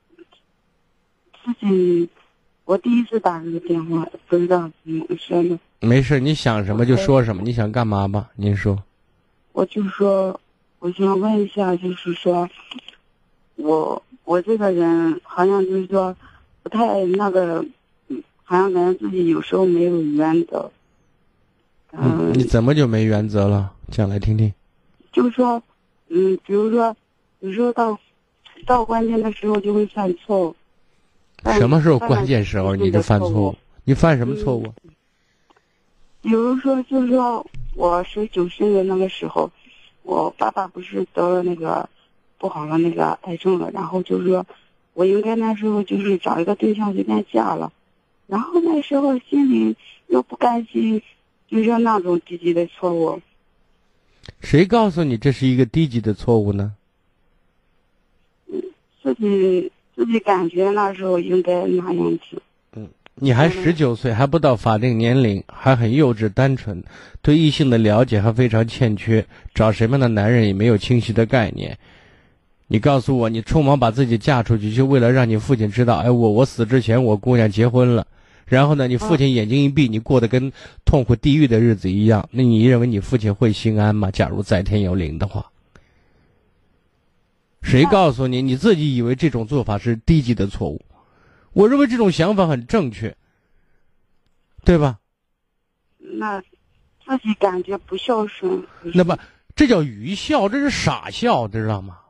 H: 之前我第一次打这个电话，不知道怎么说呢。
B: 没事，你想什么就说什么，你想干嘛吧？您说。
H: 我就说，我想问一下，就是说，我我这个人好像就是说，不太那个，嗯，好像感觉自己有时候没有原则。
B: 嗯，你怎么就没原则了？讲来听听。
H: 就是说，嗯，比如说，有时候到到关键的时候就会犯错误。
B: 什么时候关键时候你就犯错误？你犯什么错误？
H: 嗯、比如说，就是说我十九岁的那个时候，我爸爸不是得了那个不好的那个癌症了，然后就是说我应该那时候就是找一个对象就该嫁了，然后那时候心里又不甘心，就是说那种低级的错误。
B: 谁告诉你这是一个低级的错误呢？
H: 嗯，自己自己感觉那时候应该那样子。
B: 嗯，你还十九岁，还不到法定年龄，还很幼稚单纯，对异性的了解还非常欠缺，找什么样的男人也没有清晰的概念。你告诉我，你匆忙把自己嫁出去，就为了让你父亲知道，哎，我我死之前我姑娘结婚了。然后呢，你父亲眼睛一闭，你过得跟痛苦地狱的日子一样，那你认为你父亲会心安吗？假如在天有灵的话，谁告诉你？你自己以为这种做法是低级的错误？我认为这种想法很正确，对吧？
H: 那自己感觉不孝顺，
B: 那么这叫愚孝，这是傻孝，知道吗？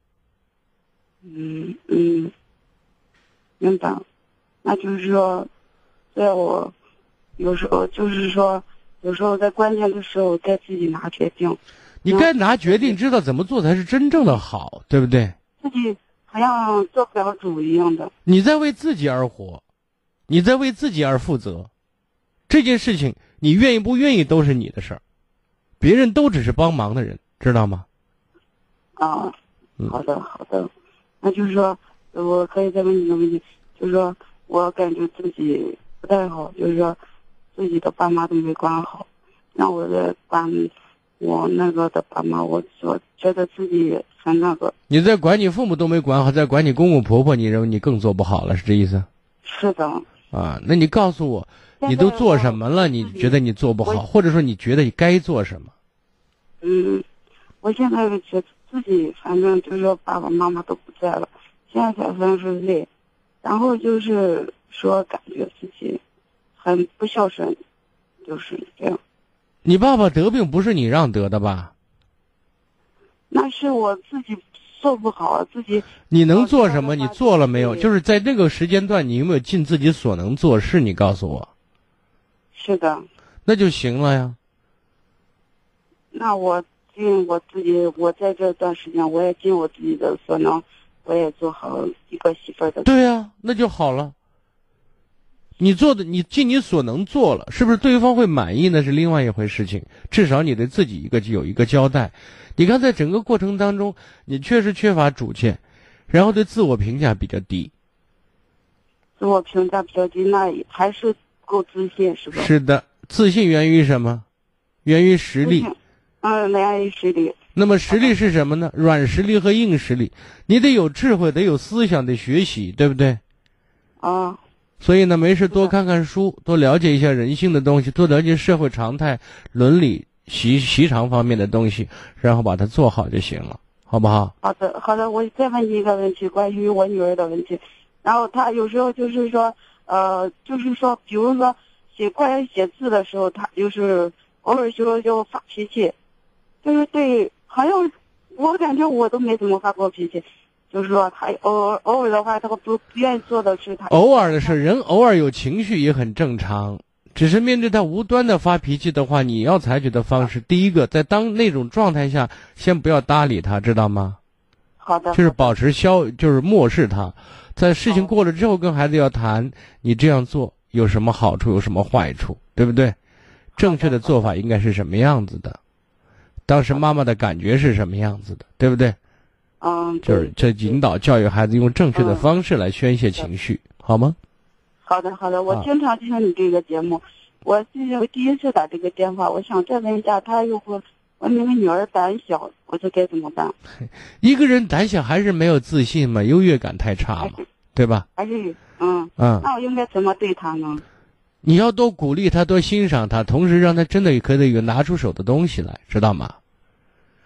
H: 嗯嗯，明白。那就是说。在我有时候就是说，有时候在关键的时候该自己拿决定。
B: 你该拿决定，知道怎么做才是真正的好，对不对？
H: 自己好像做不了主一样的。
B: 你在为自己而活，你在为自己而负责。这件事情你愿意不愿意都是你的事儿，别人都只是帮忙的人，知道吗？
H: 啊，好的好的，那就是说，我可以再问你一个问题，就是说我感觉自己不太好，就是说自己的爸妈都没管好，让我的管我那个的爸妈，我我觉得自己很那个。
B: 你在管你父母都没管好，在管你公公婆婆，你认为你更做不好了，是这意思？
H: 是的。
B: 啊，那你告诉我，你都做什么了？你觉得你做不好，或者说你觉得你该做什么？
H: 嗯，我现在觉得自己反正就是说爸爸妈妈都不在了，现在才算是累，然后就是说感觉自己很不孝顺，就是这样。
B: 你爸爸得病不是你让得的吧？
H: 那是我自己做不好，自己。
B: 你能做什么？你做了没有？就是在那个时间段，你有没有尽自己所能做事？你告诉我。
H: 是的。
B: 那就行了呀。
H: 那我尽我自己，我在这段时间，我也尽我自己的所能，我也做好一个媳妇儿的。
B: 对呀，那就好了。你做的，你尽你所能做了，是不是对方会满意那是另外一回事情，至少你对自己一个有一个交代。你看在整个过程当中，你确实缺乏主见，然后对自我评价比较低。
H: 自我评价比较低，那还是不够自信，是吧？
B: 是的，自信源于什么？源于实力。
H: 嗯，源于实力。
B: 那么实力是什么呢？软实力和硬实力。你得有智慧，得有思想，得学习，对不对？
H: 啊。
B: 所以呢，没事多看看书，多了解一下人性的东西，多了解社会常态、伦理、习习常方面的东西，然后把它做好就行了，好不好？
H: 好的，好的。我再问你一个问题，关于我女儿的问题。然后她有时候就是说，呃，就是说，比如说写关于写字的时候，她就是偶尔时候就发脾气，就是对，好像我感觉我都没怎么发过脾气。就是说他偶尔偶尔的话，他不不愿意做的事，他
B: 偶尔的事，人偶尔有情绪也很正常。只是面对他无端的发脾气的话，你要采取的方式，第一个，在当那种状态下，先不要搭理他，知道吗？
H: 好的。
B: 就是保持消，就是漠视他。在事情过了之后，跟孩子要谈，你这样做有什么好处，有什么坏处，对不对？正确的做法应该是什么样子的？当时妈妈的感觉是什么样子的，对不对？
H: 嗯，
B: 就是这引导教育孩子用正确的方式来宣泄情绪，嗯、好吗？
H: 好的，好的。我经常听你这个节目，啊、我是第一次打这个电话，我想再问一下，他如果我那个女儿胆小，我这该怎么办？
B: 一个人胆小还是没有自信嘛，优越感太差了，对吧？
H: 还是嗯
B: 嗯。
H: 那我应该怎么对他呢？
B: 你要多鼓励他，多欣赏他，同时让他真的可以有拿出手的东西来，知道吗？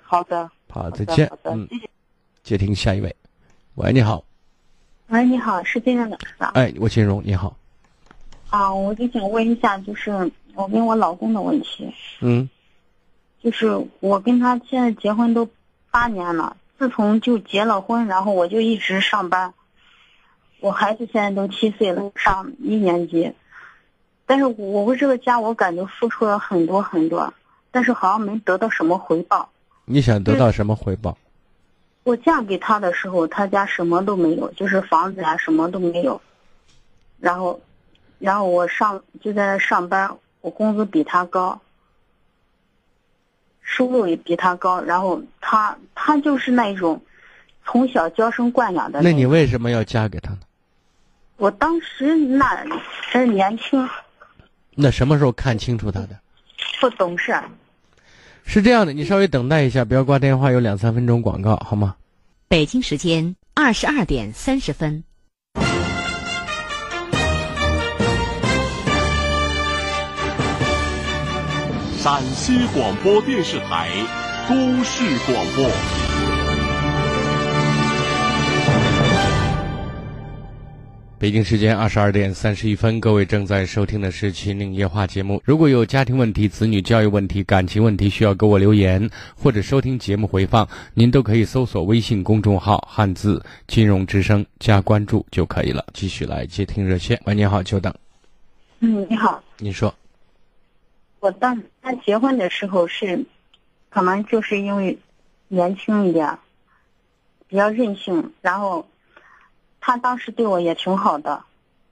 H: 好的，
B: 好，再见。
H: 好的，
B: 嗯
H: 谢谢。
B: 接听下一位。喂，你好。
D: 喂，你好，是金融的是吧？
B: 哎，我金荣，你好。
D: 啊，我就想问一下，就是我跟我老公的问题。
B: 嗯。
D: 就是我跟他现在结婚都八年了，自从就结了婚，然后我就一直上班。我孩子现在都七岁了，上一年级。但是我为这个家，我感觉付出了很多很多，但是好像没得到什么回报。
B: 你想得到什么回报？
D: 我嫁给他的时候，他家什么都没有，就是房子啊什么都没有。然后，然后我上就在那上班，我工资比他高，收入也比他高。然后他他就是那种从小娇生惯养的。
B: 那你为什么要嫁给他呢？
D: 我当时那还是年轻。
B: 那什么时候看清楚他的？
D: 不懂事。
B: 是这样的，你稍微等待一下，不要挂电话，有两三分钟广告，好吗？
E: 北京时间二十二点三十分。
A: 陕西广播电视台都市广播。
B: 北京时间二十二点三十一分，各位正在收听的是《秦岭夜话》节目。如果有家庭问题、子女教育问题、感情问题需要给我留言，或者收听节目回放，您都可以搜索微信公众号汉字金融之声加关注就可以了。继续来接听热线。喂，你好，久等。
D: 嗯，你好。
B: 你说。
D: 我当他结婚的时候是，可能就是因为年轻一点，比较任性，然后他当时对我也挺好的，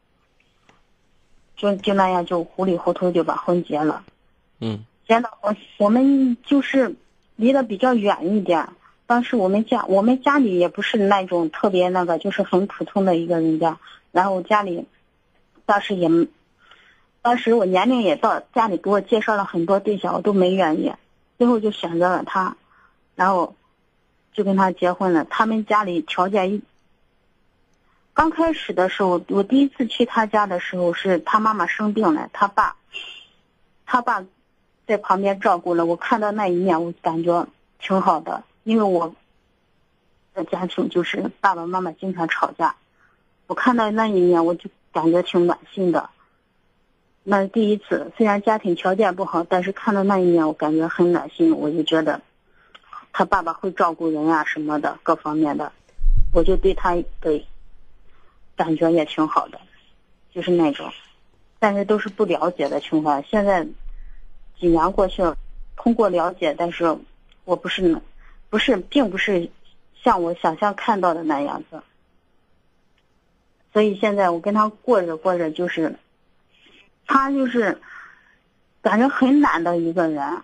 D: 就就那样就糊里糊涂就把婚结了。
B: 嗯，
D: 结了我我们就是离得比较远一点。当时我们家我们家里也不是那种特别那个，就是很普通的一个人家。然后家里当时也，当时我年龄也到，家里给我介绍了很多对象，我都没愿意，最后就选择了他，然后就跟他结婚了。他们家里条件一。刚开始的时候，我第一次去他家的时候，是他妈妈生病了，他爸，他爸在旁边照顾了。我看到那一面，我感觉挺好的，因为我的家庭就是爸爸妈妈经常吵架，我看到那一面，我就感觉挺暖心的。那第一次，虽然家庭条件不好，但是看到那一面，我感觉很暖心，我就觉得他爸爸会照顾人啊什么的，各方面的，我就对他的感觉也挺好的，就是那种，但是都是不了解的情况。现在几年过去了，通过了解，但是我不是，不是，并不是像我想象看到的那样子。所以现在我跟他过着过着，就是他就是感觉很懒的一个人，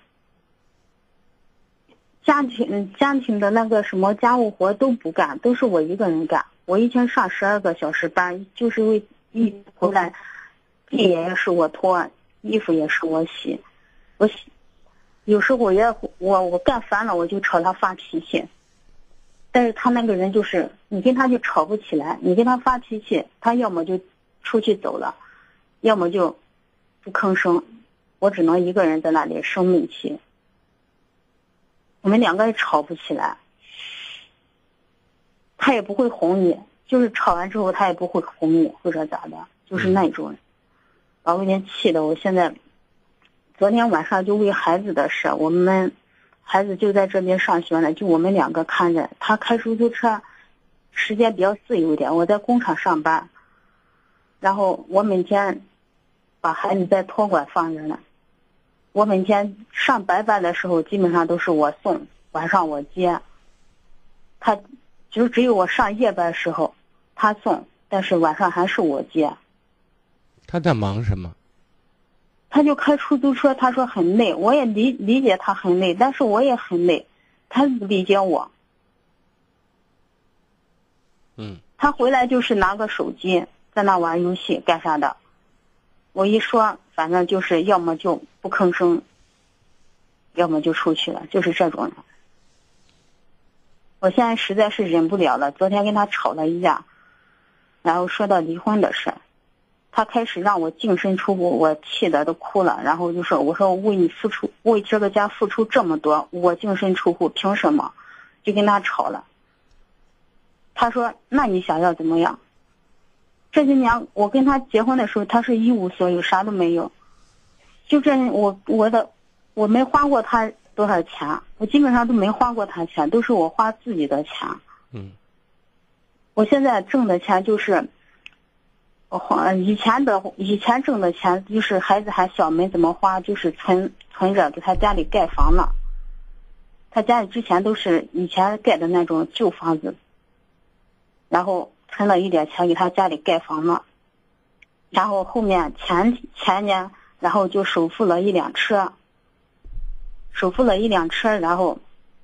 D: 家庭家庭的那个什么家务活都不干，都是我一个人干。我一天上十二个小时班，就是为一回来，地也是我拖，衣服也是我洗。我洗，有时候我也我我干烦了，我就朝他发脾气。但是他那个人就是，你跟他就吵不起来，你跟他发脾气，他要么就出去走了，要么就不吭声，我只能一个人在那里生闷气。我们两个也吵不起来。他也不会哄你，就是吵完之后他也不会哄你或者咋的，就是那种人，把我有点气的。我现在昨天晚上就为孩子的事，我们孩子就在这边上学呢，就我们两个看着。他开出租车，时间比较自由一点，我在工厂上班，然后我每天把孩子在托管放着呢。我每天上白班的时候，基本上都是我送，晚上我接。他就只有我上夜班的时候他送，但是晚上还是我接。
B: 他在忙什么？
D: 他就开出租车，他说很累，我也理理解他很累，但是我也很累，他不理解我。
B: 嗯。
D: 他回来就是拿个手机在那玩游戏干啥的，我一说反正就是要么就不吭声，要么就出去了，就是这种人。我现在实在是忍不了了，昨天跟他吵了一架，然后说到离婚的事， 他开始让我净身出户，我气得都哭了，然后就说我说我为你付出，为这个家付出这么多，我净身出户凭什么？就跟他吵了。他说那你想要怎么样？这些年我跟他结婚的时候，他是一无所有，啥都没有。就这我我的我没花过他多少钱，我基本上都没花过他钱，都是我花自己的钱。
B: 嗯，
D: 我现在挣的钱就是我花以前的以前挣的钱，就是孩子还小没怎么花，就是存存着给他家里盖房了。他家里之前都是以前盖的那种旧房子，然后存了一点钱给他家里盖房了，然后后面前前年然后就首付了一辆车，首付了一辆车，然后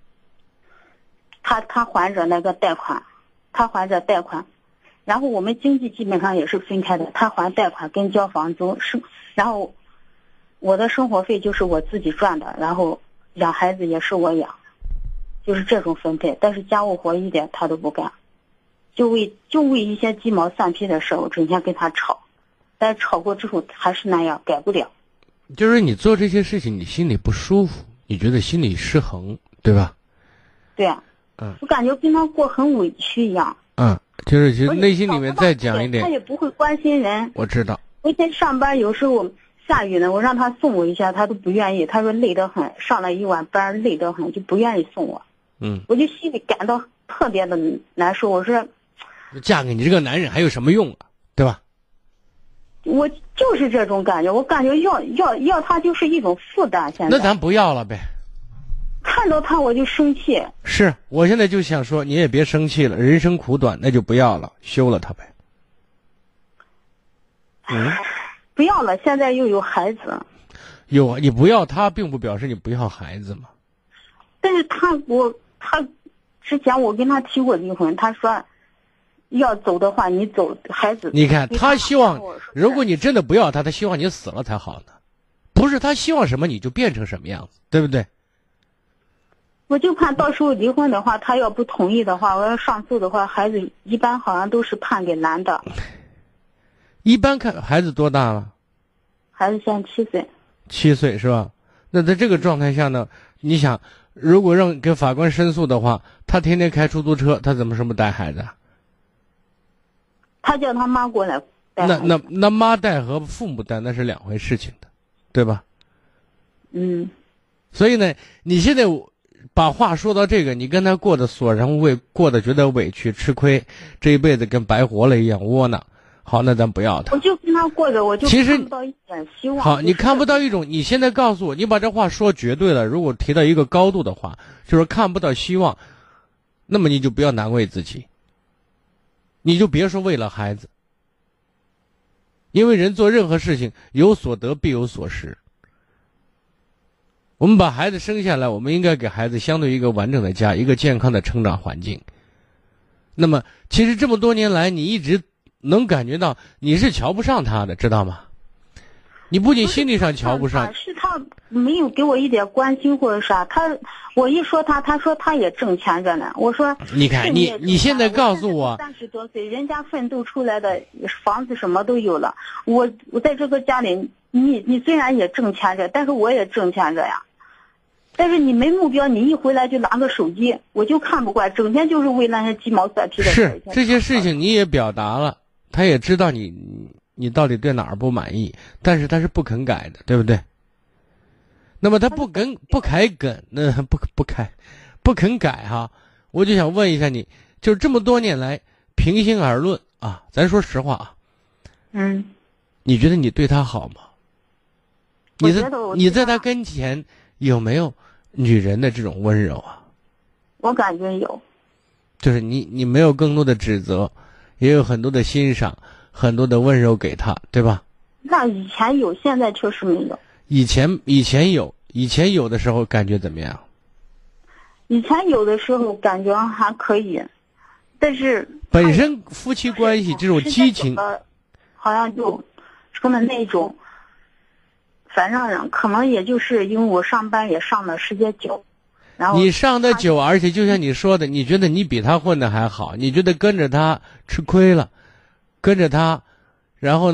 D: 他他还着那个贷款，他还着贷款，然后我们经济基本上也是分开的，他还贷款跟交房租是，然后我的生活费就是我自己赚的，然后养孩子也是我养，就是这种分配，但是家务活一点他都不干，就为就为一些鸡毛蒜皮的事，我整天跟他吵，但是吵过之后还是那样，改不了。
B: 就是你做这些事情，你心里不舒服，你觉得心理失衡，对吧？
D: 对啊，
B: 嗯，
D: 我感觉跟他过很委屈一样。
B: 嗯，就是其实内心里面再讲一点，
D: 他也不会关心人。
B: 我知道。
D: 我以前上班有时候下雨呢，我让他送我一下，他都不愿意，他说累得很，上了一晚班累得很，就不愿意送我。
B: 嗯，
D: 我就心里感到特别的难受。我说，
B: 嫁给你这个男人还有什么用啊？对吧？
D: 我就是这种感觉，我感觉要要要他就是一种负担。现在
B: 那咱不要了呗。
D: 看到他我就生气。
B: 是我现在就想说，你也别生气了，人生苦短，那就不要了，休了他呗。嗯，
D: 不要了，现在又有孩子。
B: 有啊，你不要他，并不表示你不要孩子嘛。
D: 但是他我他之前我跟他提过离婚，他说要走的话你走，孩子。
B: 你看他希望，如果你真的不要他，他希望你死了才好呢，不是他希望什么你就变成什么样子，对不对？
D: 我就怕到时候离婚的话，他要不同意的话，我要上诉的话，孩子一般好像都是判给男的。
B: 一般看孩子多大了？
D: 孩子现在七岁。
B: 七岁是吧？那在这个状态下呢，你想，如果让跟法官申诉的话，他天天开出租车，他怎么什么带孩子啊？
D: 他叫他妈过来带孩子。
B: 那那那妈带和父母带那是两回事情的，对吧？
D: 嗯。
B: 所以呢，你现在把话说到这个，你跟他过得索然无味，过得觉得委屈吃亏，这一辈子跟白活了一样窝囊。好，那咱不要他。
D: 我就跟他过着，我就看不到一点希望。
B: 好，你看不到一种，你现在告诉我，你把这话说绝对了。如果提到一个高度的话，就是看不到希望，那么你就不要难为自己，你就别说为了孩子，因为人做任何事情有所得必有所失。我们把孩子生下来，我们应该给孩子相对一个完整的家，一个健康的成长环境。那么其实这么多年来，你一直能感觉到你是瞧不上他的，知道吗？你不仅心理上瞧不上，
D: 是他没有给我一点关心或者啥。他我一说他，他说他也挣钱着呢。我说
B: 你看你你现在告诉我，
D: 三十多岁，人家奋斗出来的房子什么都有了。我我在这个家里，你你虽然也挣钱着，但是我也挣钱着呀。但是你没目标，你一回来就拿个手机，我就看不惯，整天就是为那些鸡毛蒜皮的事。
B: 是这些事情你也表达了，他也知道你你到底对哪儿不满意，但是他是不肯改的，对不对？那么他不肯不改梗，那不不开不肯改哈，我就想问一下你，就这么多年来，平心而论啊，咱说实话啊，
D: 嗯，
B: 你觉得你对他好吗？你在你在他跟前有没有女人的这种温柔啊？
D: 我感觉有，
B: 就是你你没有更多的指责，也有很多的欣赏，很多的温柔给他，对吧？
D: 那以前有，现在确实没有。
B: 以前以前有，以前有的时候感觉怎么样？
D: 以前有的时候感觉还可以，但是
B: 本身夫妻关系这种激情，
D: 好像就成了那种，反正可能也就是因为我上班也上的时间久，然后
B: 你上的久，而且就像你说的，你觉得你比他混的还好，你觉得跟着他吃亏了，跟着他，然后呢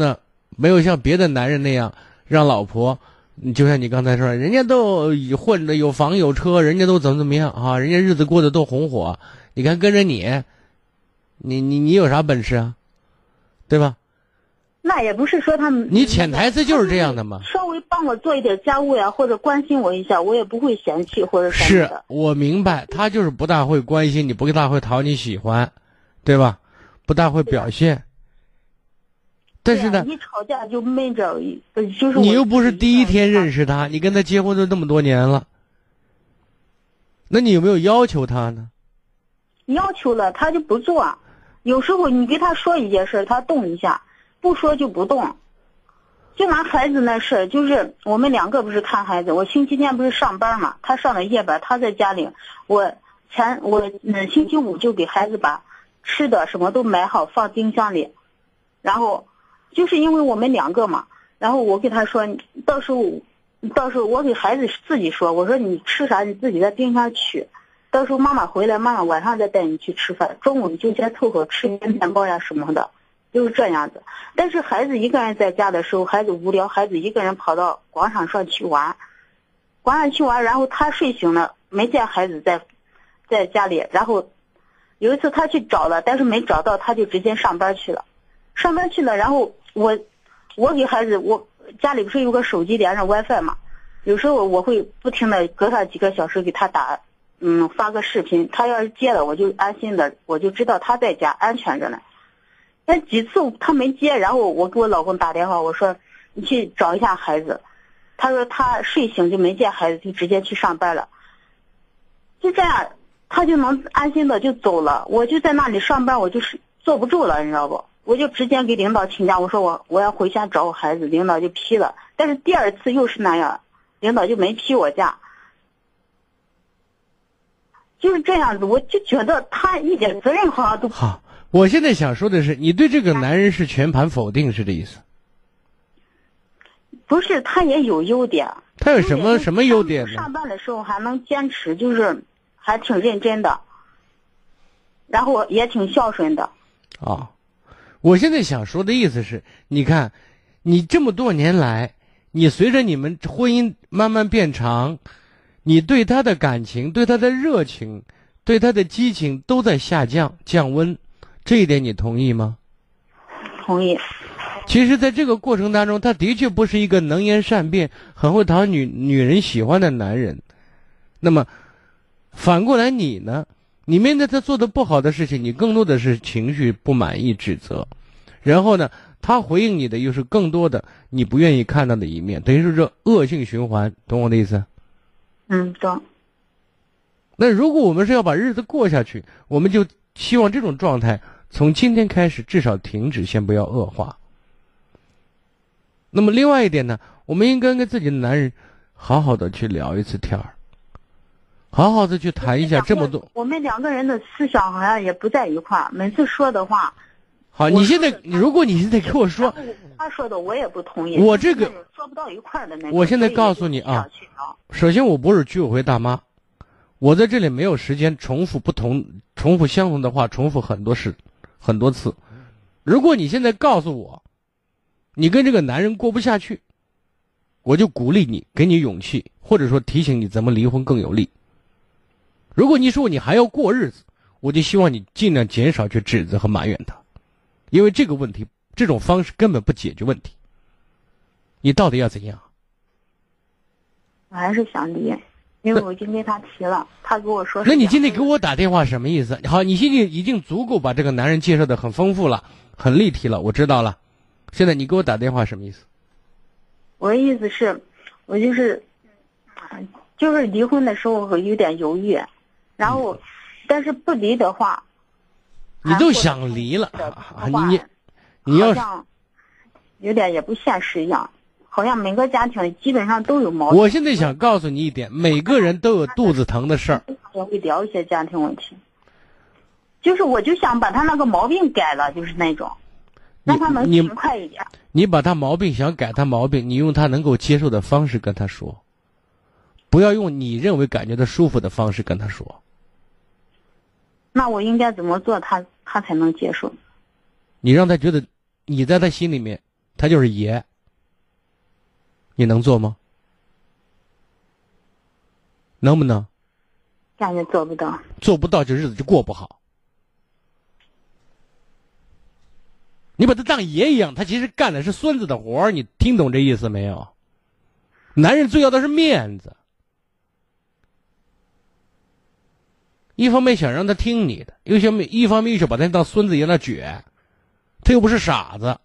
B: 没有像别的男人那样让老婆，就像你刚才说，人家都混着有房有车，人家都怎么怎么样啊，人家日子过得都红火，你看跟着你，你你你有啥本事啊？对吧？
D: 那也不是说他们，
B: 你潜台词就是这样的嘛。
D: 稍微帮我做一点家务呀，或者关心我一下，我也不会嫌弃或者什么的。
B: 是我明白，他就是不大会关心你，不大会讨你喜欢，对吧？不大会表现。但是呢，
D: 一吵架就闷着，就是
B: 你又不是第一天认识他，你跟他结婚都这么多年了，那你有没有要求他呢？
D: 要求了，他就不做。有时候你给他说一件事，他动一下。不说就不动。就拿孩子那事，就是我们两个不是看孩子，我星期天不是上班嘛，他上了夜班，他在家里，我前我嗯星期五就给孩子把吃的什么都买好放冰箱里，然后就是因为我们两个嘛，然后我给他说，到时候到时候我给孩子自己说，我说你吃啥你自己在冰箱取，到时候妈妈回来，妈妈晚上再带你去吃饭，中午你就先凑合吃点面包呀什么的。就是这样子，但是孩子一个人在家的时候，孩子无聊，孩子一个人跑到广场上去玩，广场去玩，然后他睡醒了，没见孩子在在家里，然后有一次他去找了，但是没找到，他就直接上班去了，上班去了，然后我我给孩子，我家里不是有个手机连上 WiFi 嘛，有时候我会不停的隔上几个小时给他打，嗯，发个视频，他要是接了，我就安心的，我就知道他在家安全着呢。但几次他没接，然后我给我老公打电话，我说你去找一下孩子，他说他睡醒就没见孩子，就直接去上班了，就这样他就能安心的就走了。我就在那里上班，我就是坐不住了，你知道不？我就直接给领导请假，我说我我要回家找我孩子，领导就批了。但是第二次又是那样，领导就没批我假，就是这样子，我就觉得他一点责任好像都
B: 好。我现在想说的是，你对这个男人是全盘否定，是这意思？
D: 不是，他也有优点。
B: 他有什么什么优点呢？
D: 上班的时候还能坚持，就是还挺认真的，然后也挺孝顺的。
B: 啊、哦，我现在想说的意思是，你看，你这么多年来，你随着你们婚姻慢慢变长，你对他的感情、对他的热情、对他的激情都在下降、降温。这一点你同意吗？
D: 同意。
B: 其实在这个过程当中，他的确不是一个能言善辩、很会讨女女人喜欢的男人。那么反过来你呢，你面对他做的不好的事情，你更多的是情绪不满意、指责，然后呢他回应你的又是更多的你不愿意看到的一面，等于是这恶性循环，懂我的意思？
D: 嗯，懂。
B: 那如果我们是要把日子过下去，我们就希望这种状态从今天开始至少停止，先不要恶化。那么另外一点呢，我们应该跟自己的男人好好的去聊一次天儿，好好的去谈一下这么多。
D: 我们两个人的思想好像也不在一块儿，每次说的话。
B: 好，你现在如果你现在跟我说，
D: 他说的我也不同意。
B: 我这个
D: 说不到一块儿的那种。
B: 我现在告诉你啊，首先我不是居委会大妈，我在这里没有时间重复不同、重复相同的话，重复很多事、很多次。如果你现在告诉我，你跟这个男人过不下去，我就鼓励你，给你勇气，或者说提醒你怎么离婚更有利。如果你说你还要过日子，我就希望你尽量减少去指责和埋怨他，因为这个问题，这种方式根本不解决问题。你到底要怎样？
D: 我还是想离。因为我已经跟他提了，他跟我说。
B: 那你今天给我打电话什么意思？好，你现在已经足够把这个男人介绍的很丰富了，很立体了，我知道了。现在你给我打电话什么意思？
D: 我的意思是，我就是，就是离婚的时候有点犹豫，然后，嗯、但是不离的话，
B: 你都想离了，你你要
D: 像有点也不现实一样。好像每个家庭基本上都有矛盾。
B: 我现在想告诉你一点，每个人都有肚子疼的事儿。
D: 我会聊一些家庭问题，就是我就想把他那个毛病改了，就是那种，让他能勤快一点。
B: 你, 你把他毛病想改他毛病，你用他能够接受的方式跟他说，不要用你认为感觉到舒服的方式跟他说。
D: 那我应该怎么做他他才能接受？
B: 你让他觉得你在他心里面他就是爷，你能做吗？能不能？
D: 感觉做不到。
B: 做不到，这日子就过不好。你把他当爷一样，他其实干的是孙子的活儿，你听懂这意思没有？男人最要的是面子，一方面想让他听你的，一方面一方面又想把他当孙子一样的撅，他又不是傻子。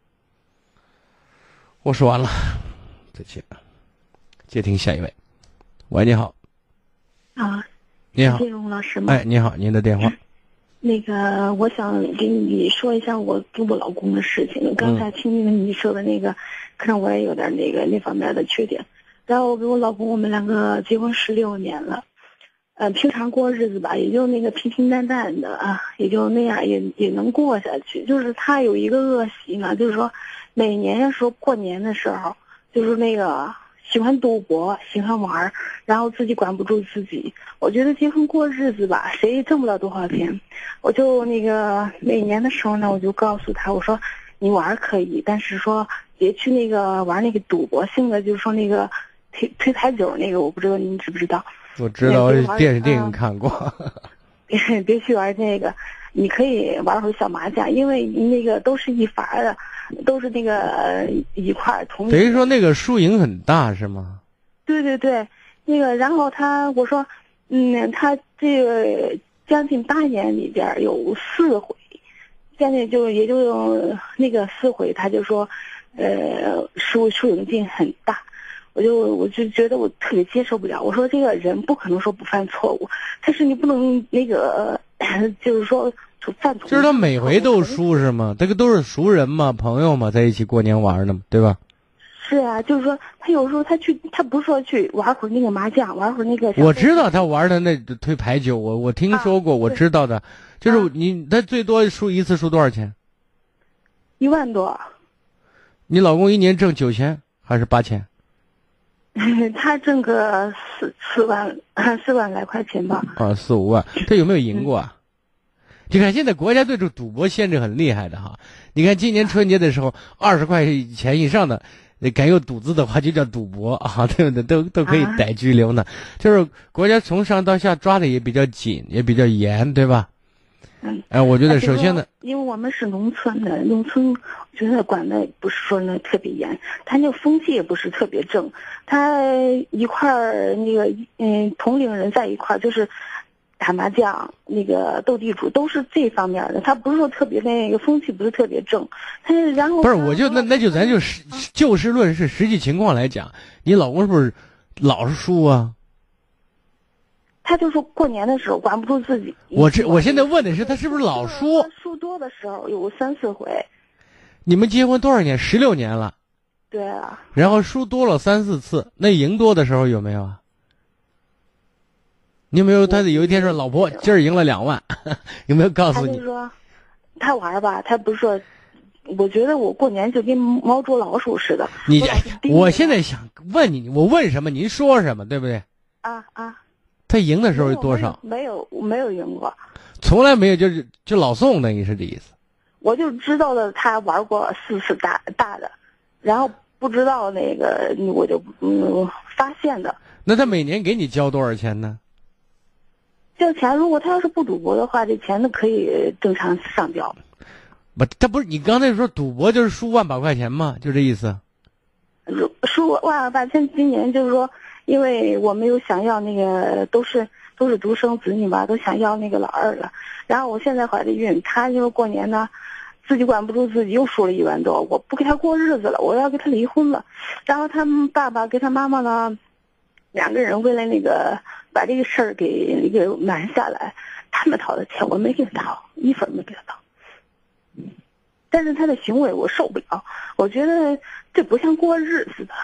B: 我说完了，再见。接听下一位。喂，你好。
I: 啊，
B: 你好，
I: 金荣老师吗？
B: 哎，你好，您的电话。
I: 那个，我想给你说一下我跟我老公的事情。刚才听你说的那个，可能我也有点那个那方面的缺点。然后我跟我老公，我们两个结婚十六年了，呃，平常过日子吧，也就那个平平淡淡的啊，也就那样，也也能过下去。就是他有一个恶习呢，就是说，每年说过年的时候，就是那个喜欢赌博，喜欢玩，然后自己管不住自己。我觉得结婚过日子吧，谁也挣不了多少钱。我就那个每年的时候呢，我就告诉他，我说你玩可以，但是说别去那个玩那个赌博性的，就是说那个推推牌九那个，我不知道您知不知道。
B: 我知道，电视电影看过。
I: 别别去玩那个，你可以玩会小麻将，因为那个都是一法的，都是那个一块同。
B: 等于说那个输赢很大是吗？
I: 对对对，那个然后他我说，嗯，他这个将近八年里边有四回，将近就也就那个四回，他就说，呃，输输赢劲很大。我就我就觉得我特别接受不了。我说这个人不可能说不犯错误，但是你不能那个，就是说犯错。
B: 就是他每回都输是吗？这个都是熟人嘛，朋友嘛，在一起过年玩的嘛，对吧？
I: 是啊，就是说他有时候他去，他不是说去玩会儿那个麻将，玩会儿那个。
B: 我知道他玩的那推牌九，我我听说过，啊、我知道的，就是你他最多输一次输多少钱？
I: 一万多。
B: 你老公一年挣九千还是八千？
I: 他挣个四四万四万来块钱吧。
B: 啊，四五万，他有没有赢过啊？你看现在国家对这赌博限制很厉害的哈。你看今年春节的时候，二十块钱以上的，敢有赌资的话就叫赌博啊，对不对？都都可以逮拘留呢。就是国家从上到下抓的也比较紧，也比较严，对吧？
I: 嗯，
B: 哎，我觉得首先呢，
I: 因为我们是农村的，农村我觉得管的不是说那特别严，他那个风气也不是特别正，他一块儿那个嗯同龄人在一块儿就是打麻将、那个斗地主都是这方面的，他不是说特别那个风气不是特别正，他然后
B: 不是，我就那那就咱就实就事论事，实际情况来讲，你老公是不是老是输啊？
I: 他就说过年的时候管不住自己。
B: 我这我现在问的是他是不是老输？
I: 输多的时候有三四回。
B: 你们结婚多少年？十六年了。
I: 对啊。
B: 然后输多了三四次，那赢多的时候有没有啊？你有没有？他有一天说：“老婆，今儿赢了两万。”有没有告诉你？
I: 他就说，他玩吧，他不是说，我觉得我过年就跟猫捉老鼠似的。
B: 你，我现在想问你，我问什么您说什么，对不对？
I: 啊啊。
B: 他赢的时候有多少？
I: 没有，没有赢过。
B: 从来没有，就是就老宋，等于是这意思。
I: 我就知道了，他玩过四次大大的，然后不知道那个，我就嗯发现的。
B: 那他每年给你交多少钱呢？
I: 交钱，如果他要是不赌博的话，这钱呢可以正常上交。
B: 不，他不是你刚才说赌博就是输万把块钱吗？就这意思。
I: 输万把钱，今年就是说。因为我们有想要那个都是都是独生子女嘛，都想要那个老二了。然后我现在怀着孕，他就是过年呢，自己管不住自己，又输了一万多。我不给他过日子了，我要跟他离婚了。然后他们爸爸跟他妈妈呢，两个人为了那个把这个事儿给给瞒下来，他们掏的钱我没给他掏，一分没给他掏。但是他的行为我受不了，我觉得这不像过日子的。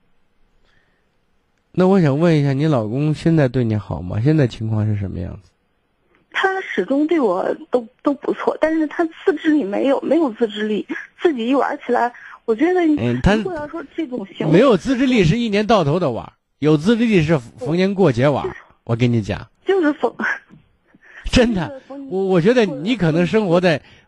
B: 那我想问一下，你老公现在对你好吗？现在情况是什么样子？
I: 他始终对我都都不错，但是他自制力没有，没有自制力，自己一玩起来，我觉得，
B: 嗯，他
I: 如果要说这种行为，
B: 没有自制力是一年到头的玩，有自制力是逢年过节玩。我跟你讲，
I: 就是逢，
B: 真的，我我觉得你可能生活在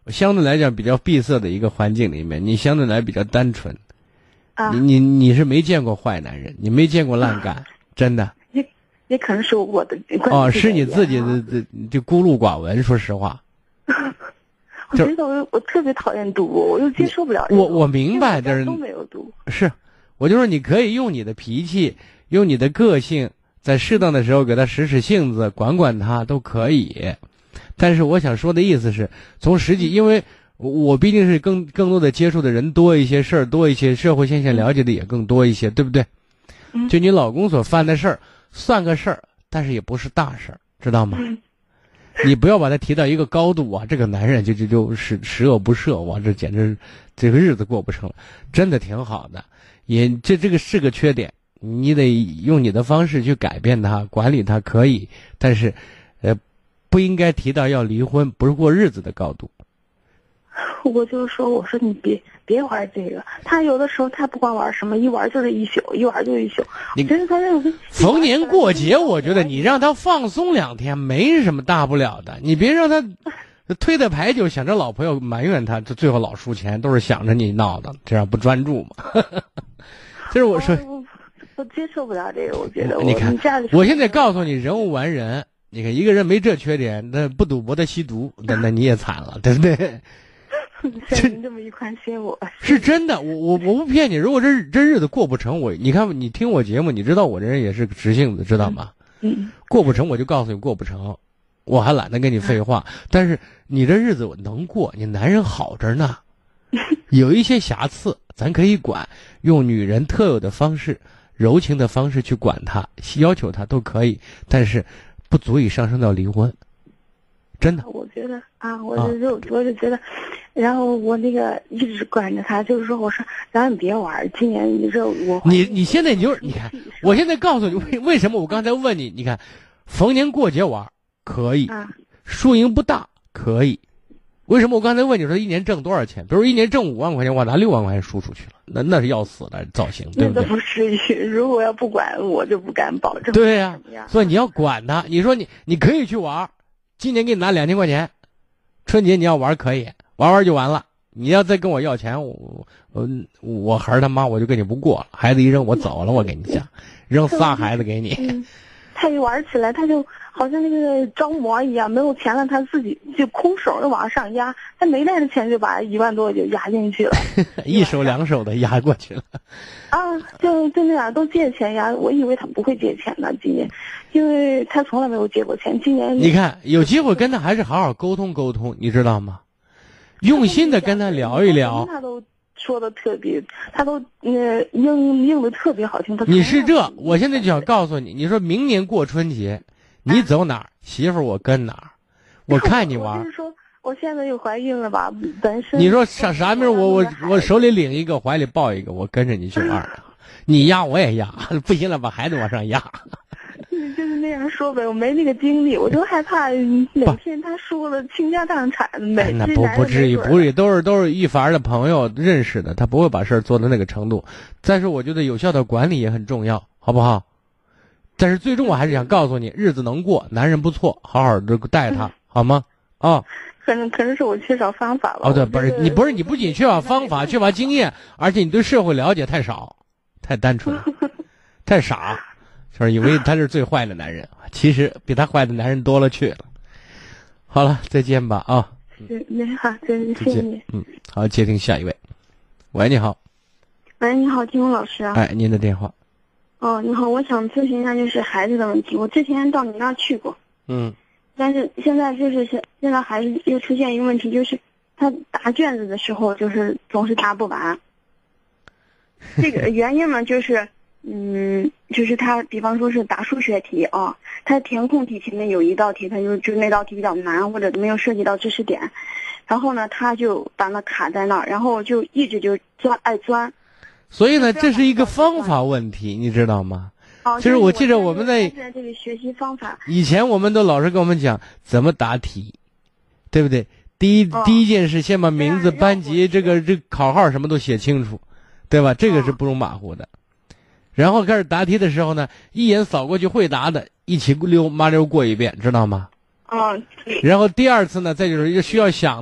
B: 相对来讲比较闭塞的一个环境里面，你相对来比较单纯。
I: 啊，
B: 你你你是没见过坏男人，你没见过烂干，啊、真的。
I: 也也可能是我的
B: 哦，是你自己的的就孤陋寡闻，说实话。
I: 我觉得我我特别讨厌读，我又接受不了、这个。
B: 我我明白，但是
I: 都没有读。
B: 是，我就说你可以用你的脾气，用你的个性，在适当的时候给他使使性子，管管他都可以。但是我想说的意思是，从实际，因为我毕竟是更更多的接触的人多一些，事儿多一些，社会现象了解的也更多一些，对不对？
I: 嗯。
B: 就你老公所犯的事儿，算个事儿，但是也不是大事儿，知道吗？
I: 嗯。
B: 你不要把他提到一个高度啊，这个男人就就就十十恶不赦，哇，这简直这个日子过不成了。真的挺好的，也这这个是个缺点，你得用你的方式去改变他，管理他可以，但是，呃，不应该提到要离婚，不是过日子的高度。
I: 我就说，我说你别别玩这个。他有的时候他不管玩什么，一玩就是一宿，一玩就一宿。
B: 你
I: 觉得他认为
B: 逢年过节，我觉得你让他放松两天没什么大不了的，你别让他推的牌就想着老婆要埋怨他，就最后老输钱，都是想着你闹的，这样不专注嘛。这是我说，
I: 我我接受不了这个，我觉得我
B: 你看，
I: 我
B: 现在告诉你，人无完人。你看一个人没这缺点，那不赌博的吸毒，那那你也惨了，对不对？
I: 这你这么一宽心我，
B: 是真的，我我我不骗你。如果这这日子过不成，我你看你听我节目，你知道我这人也是个直性子，知道吗？
I: 嗯，
B: 过不成我就告诉你过不成，我还懒得跟你废话。嗯、但是你这日子我能过，你男人好着呢，有一些瑕疵咱可以管，用女人特有的方式、柔情的方式去管他，要求他都可以，但是不足以上升到离婚。真的，
I: 我觉得啊，我就就、啊、我就觉得，然后我那个一直管着他，就是说，我说咱们别玩，今年你这我
B: 你你现在你就是你看，我现在告诉你为为什么我刚才问你，你看，逢年过节玩可以，
I: 啊、
B: 输赢不大可以，为什么我刚才问你说一年挣多少钱？比如一年挣五万块钱，我拿六万块钱输出去了，那那是要死的造型，对不对？
I: 那不至于，如果要不管，我就不敢保证。
B: 对呀、啊，所以你要管他，你说你你可以去玩。今年给你拿两千块钱，春节你要玩可以玩玩就完了。你要再跟我要钱，我我我孩儿他妈我就跟你不过了。孩子一扔我走了，我跟你讲，扔仨孩子给你。
I: 嗯、他一玩起来，他就好像那个着魔一样，没有钱了他自己就空手就往上压，他没带着钱就把一万多就压进去了，
B: 一手两手的压过去了。
I: 啊，就就那样都借钱压，我以为他不会借钱呢，今年，因为他从来没有借过钱，今年
B: 你看有机会跟他还是好好沟通沟通，你知道吗？用心的跟他聊一聊。
I: 他都说的特别，他都呃应应的特别好听。他
B: 你是这，我现在就想告诉你，你说明年过春节，你走哪儿，媳妇儿我跟哪儿，我看你玩。
I: 就是说。我现在又怀孕了吧？本身
B: 你说啥啥名？我我我手里领一个，怀里抱一个，我跟着你去玩。你压我也压，不行了把孩子往上压。
I: 就是那样说呗，我没那个精力，我就害怕哪天他输了倾家荡产。每
B: 那不不至于，不至于，都是都是一凡的朋友认识的，他不会把事儿做到那个程度。再说，我觉得有效的管理也很重要，好不好？但是最终我还是想告诉你，日子能过，男人不错，好好的带他，好吗？啊、哦。
I: 可能可能是我缺少方法吧。
B: 哦，对，不是你不是你不仅缺乏方法，缺乏经验，而且你对社会了解太少，太单纯，太傻，就是以为他是最坏的男人，其实比他坏的男人多了去了。好了，再见吧啊。
I: 是，你好，再见，谢谢你。
B: 嗯，好，接听下一位。喂，你好。
J: 喂，你好，金龙老师。
B: 哎，您的电话。
J: 哦，你好，我想咨询一下就是孩子的问题。我之前到你那儿去过。
B: 嗯。
J: 但是现在就是现现在孩子又出现一个问题，就是他答卷子的时候就是总是答不完。这个原因呢，就是嗯，就是他比方说是答数学题啊，他填空题前面有一道题，他就就那道题比较难，或者没有涉及到知识点，然后呢，他就把那卡在那儿，然后就一直就钻爱钻。
B: 所以呢，这是一个方法问题，你知道吗？
J: 哦，
B: 其实我记得我们在
J: 这个学习方法，
B: 以前我们都老师跟我们讲怎么答题，对不对？第一、
J: 哦、
B: 第一件事先把名字、班级、这个这考号什么都写清楚，对吧？这个是不容马虎的。哦、然后开始答题的时候呢，一眼扫过去会答的，一起溜麻溜过一遍，知道吗？
J: 嗯。
B: 然后第二次呢，再就是需要想的，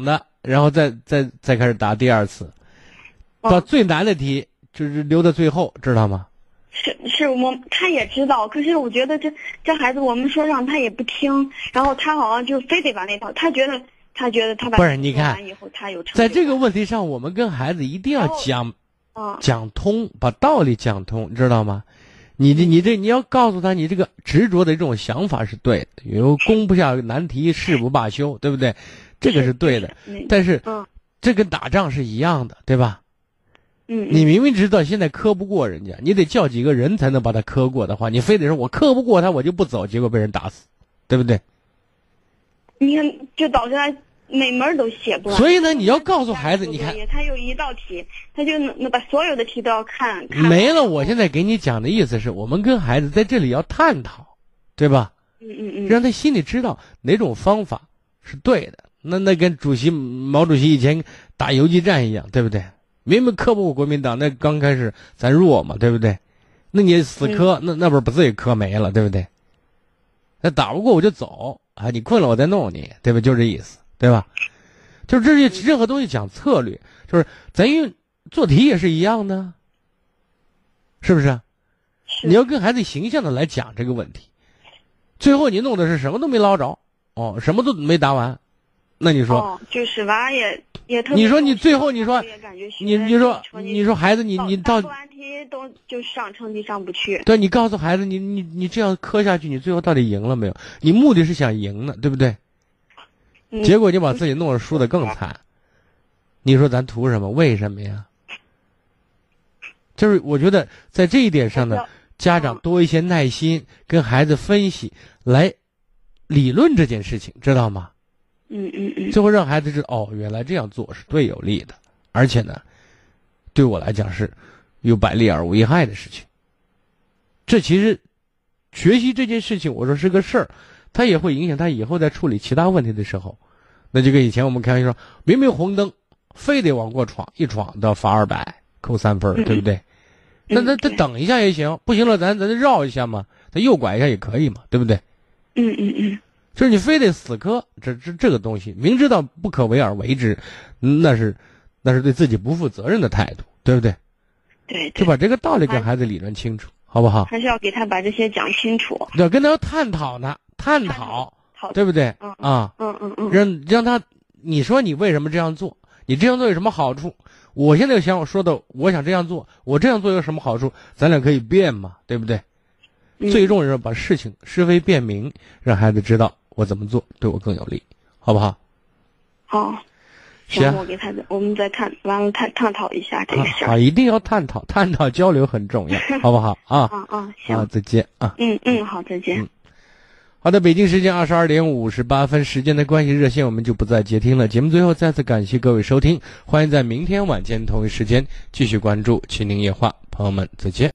B: 然后再再再开始答第二次，把最难的题就是留到最后，知道吗？
J: 是是，我他也知道，可是我觉得这这孩子我们说让他也不听，然后他好像就非得把那套，他觉得他觉得他把
B: 不是你看
J: 以后他有
B: 在这个问题上，我们跟孩子一定要讲讲通，把道理讲通，知道吗？你这你这你要告诉他，你这个执着的这种想法是对的，有攻不下难题誓不罢休，对不对？这个是对的，但是这跟打仗是一样的，对吧？
J: 嗯，
B: 你明明知道现在磕不过人家，你得叫几个人才能把他磕过的话，你非得说我磕不过他我就不走，结果被人打死，对不对？
J: 你看，就导致他每门都写不完。
B: 所以呢，你要告诉孩子，你看，
J: 他有一道题，他就能把所有的题都要看。看
B: 没了，我现在给你讲的意思是我们跟孩子在这里要探讨，对吧？
J: 嗯嗯嗯，
B: 让他心里知道哪种方法是对的。那那跟主席毛主席以前打游击战一样，对不对？明明磕不过国民党，那刚开始咱弱嘛，对不对？那你死磕，嗯、那那不是把自己磕没了，对不对？那打不过我就走啊！你困了我再弄你，对吧？就这意思，对吧？就是这些任何东西讲策略，就是咱用做题也是一样的，是不是？
J: 是
B: 你要跟孩子形象的来讲这个问题，最后你弄的是什么都没捞着，哦，什么都没答完，那你说？
J: 哦，就是娃也也特别。
B: 你说你最后你说，你你说
J: 你
B: 你说孩子你你到
J: 做完题都就上成绩上不去。
B: 对，你告诉孩子你你你这样磕下去，你最后到底赢了没有？你目的是想赢呢，对不对？
J: 嗯、
B: 结果你把自己弄得输得更惨，你说咱图什么？为什么呀？就是我觉得在这一点上呢，家长多一些耐心，跟孩子分析，来理论这件事情，知道吗？
J: 嗯嗯嗯，
B: 最后让孩子知道，哦，原来这样做是对有利的，而且呢，对我来讲是有百利而无一害的事情。这其实学习这件事情，我说是个事儿，它也会影响他以后在处理其他问题的时候。那就跟以前我们开玩笑说，明明红灯，非得往过闯，一闯都要罚二百，扣三分，对不对？那那他等一下也行，不行了咱咱绕一下嘛，他右拐一下也可以嘛，对不对？
J: 嗯嗯嗯。
B: 就是你非得死磕，这这这个东西，明知道不可为而为之，那是那是对自己不负责任的态度，对不对？
J: 对，
B: 就把这个道理跟孩子理论清楚，好不好？
J: 还是要给他把这些讲清楚。
B: 要跟他要探讨呢，探讨，对不对？
J: 嗯
B: 啊，
J: 嗯嗯嗯，
B: 让让他，你说你为什么这样做？你这样做有什么好处？我现在想我说的，我想这样做，我这样做有什么好处？咱俩可以辩嘛，对不对？
J: 嗯、
B: 最重要是把事情是非辨明，让孩子知道。我怎么做对我更有利，好不好？
J: 好，
B: 行，
J: 我给他，我们再探完了探探讨一下这个事儿。
B: 好，一定要探讨，探讨交流很重要，好不好啊？
J: 啊啊，行，
B: 好，再见啊。
J: 嗯嗯，好，再见。
B: 嗯，好的，北京时间二十二点五十八分，时间的关系，热线我们就不再接听了。节目最后再次感谢各位收听，欢迎在明天晚间同一时间继续关注《秦岭夜话》，朋友们再见。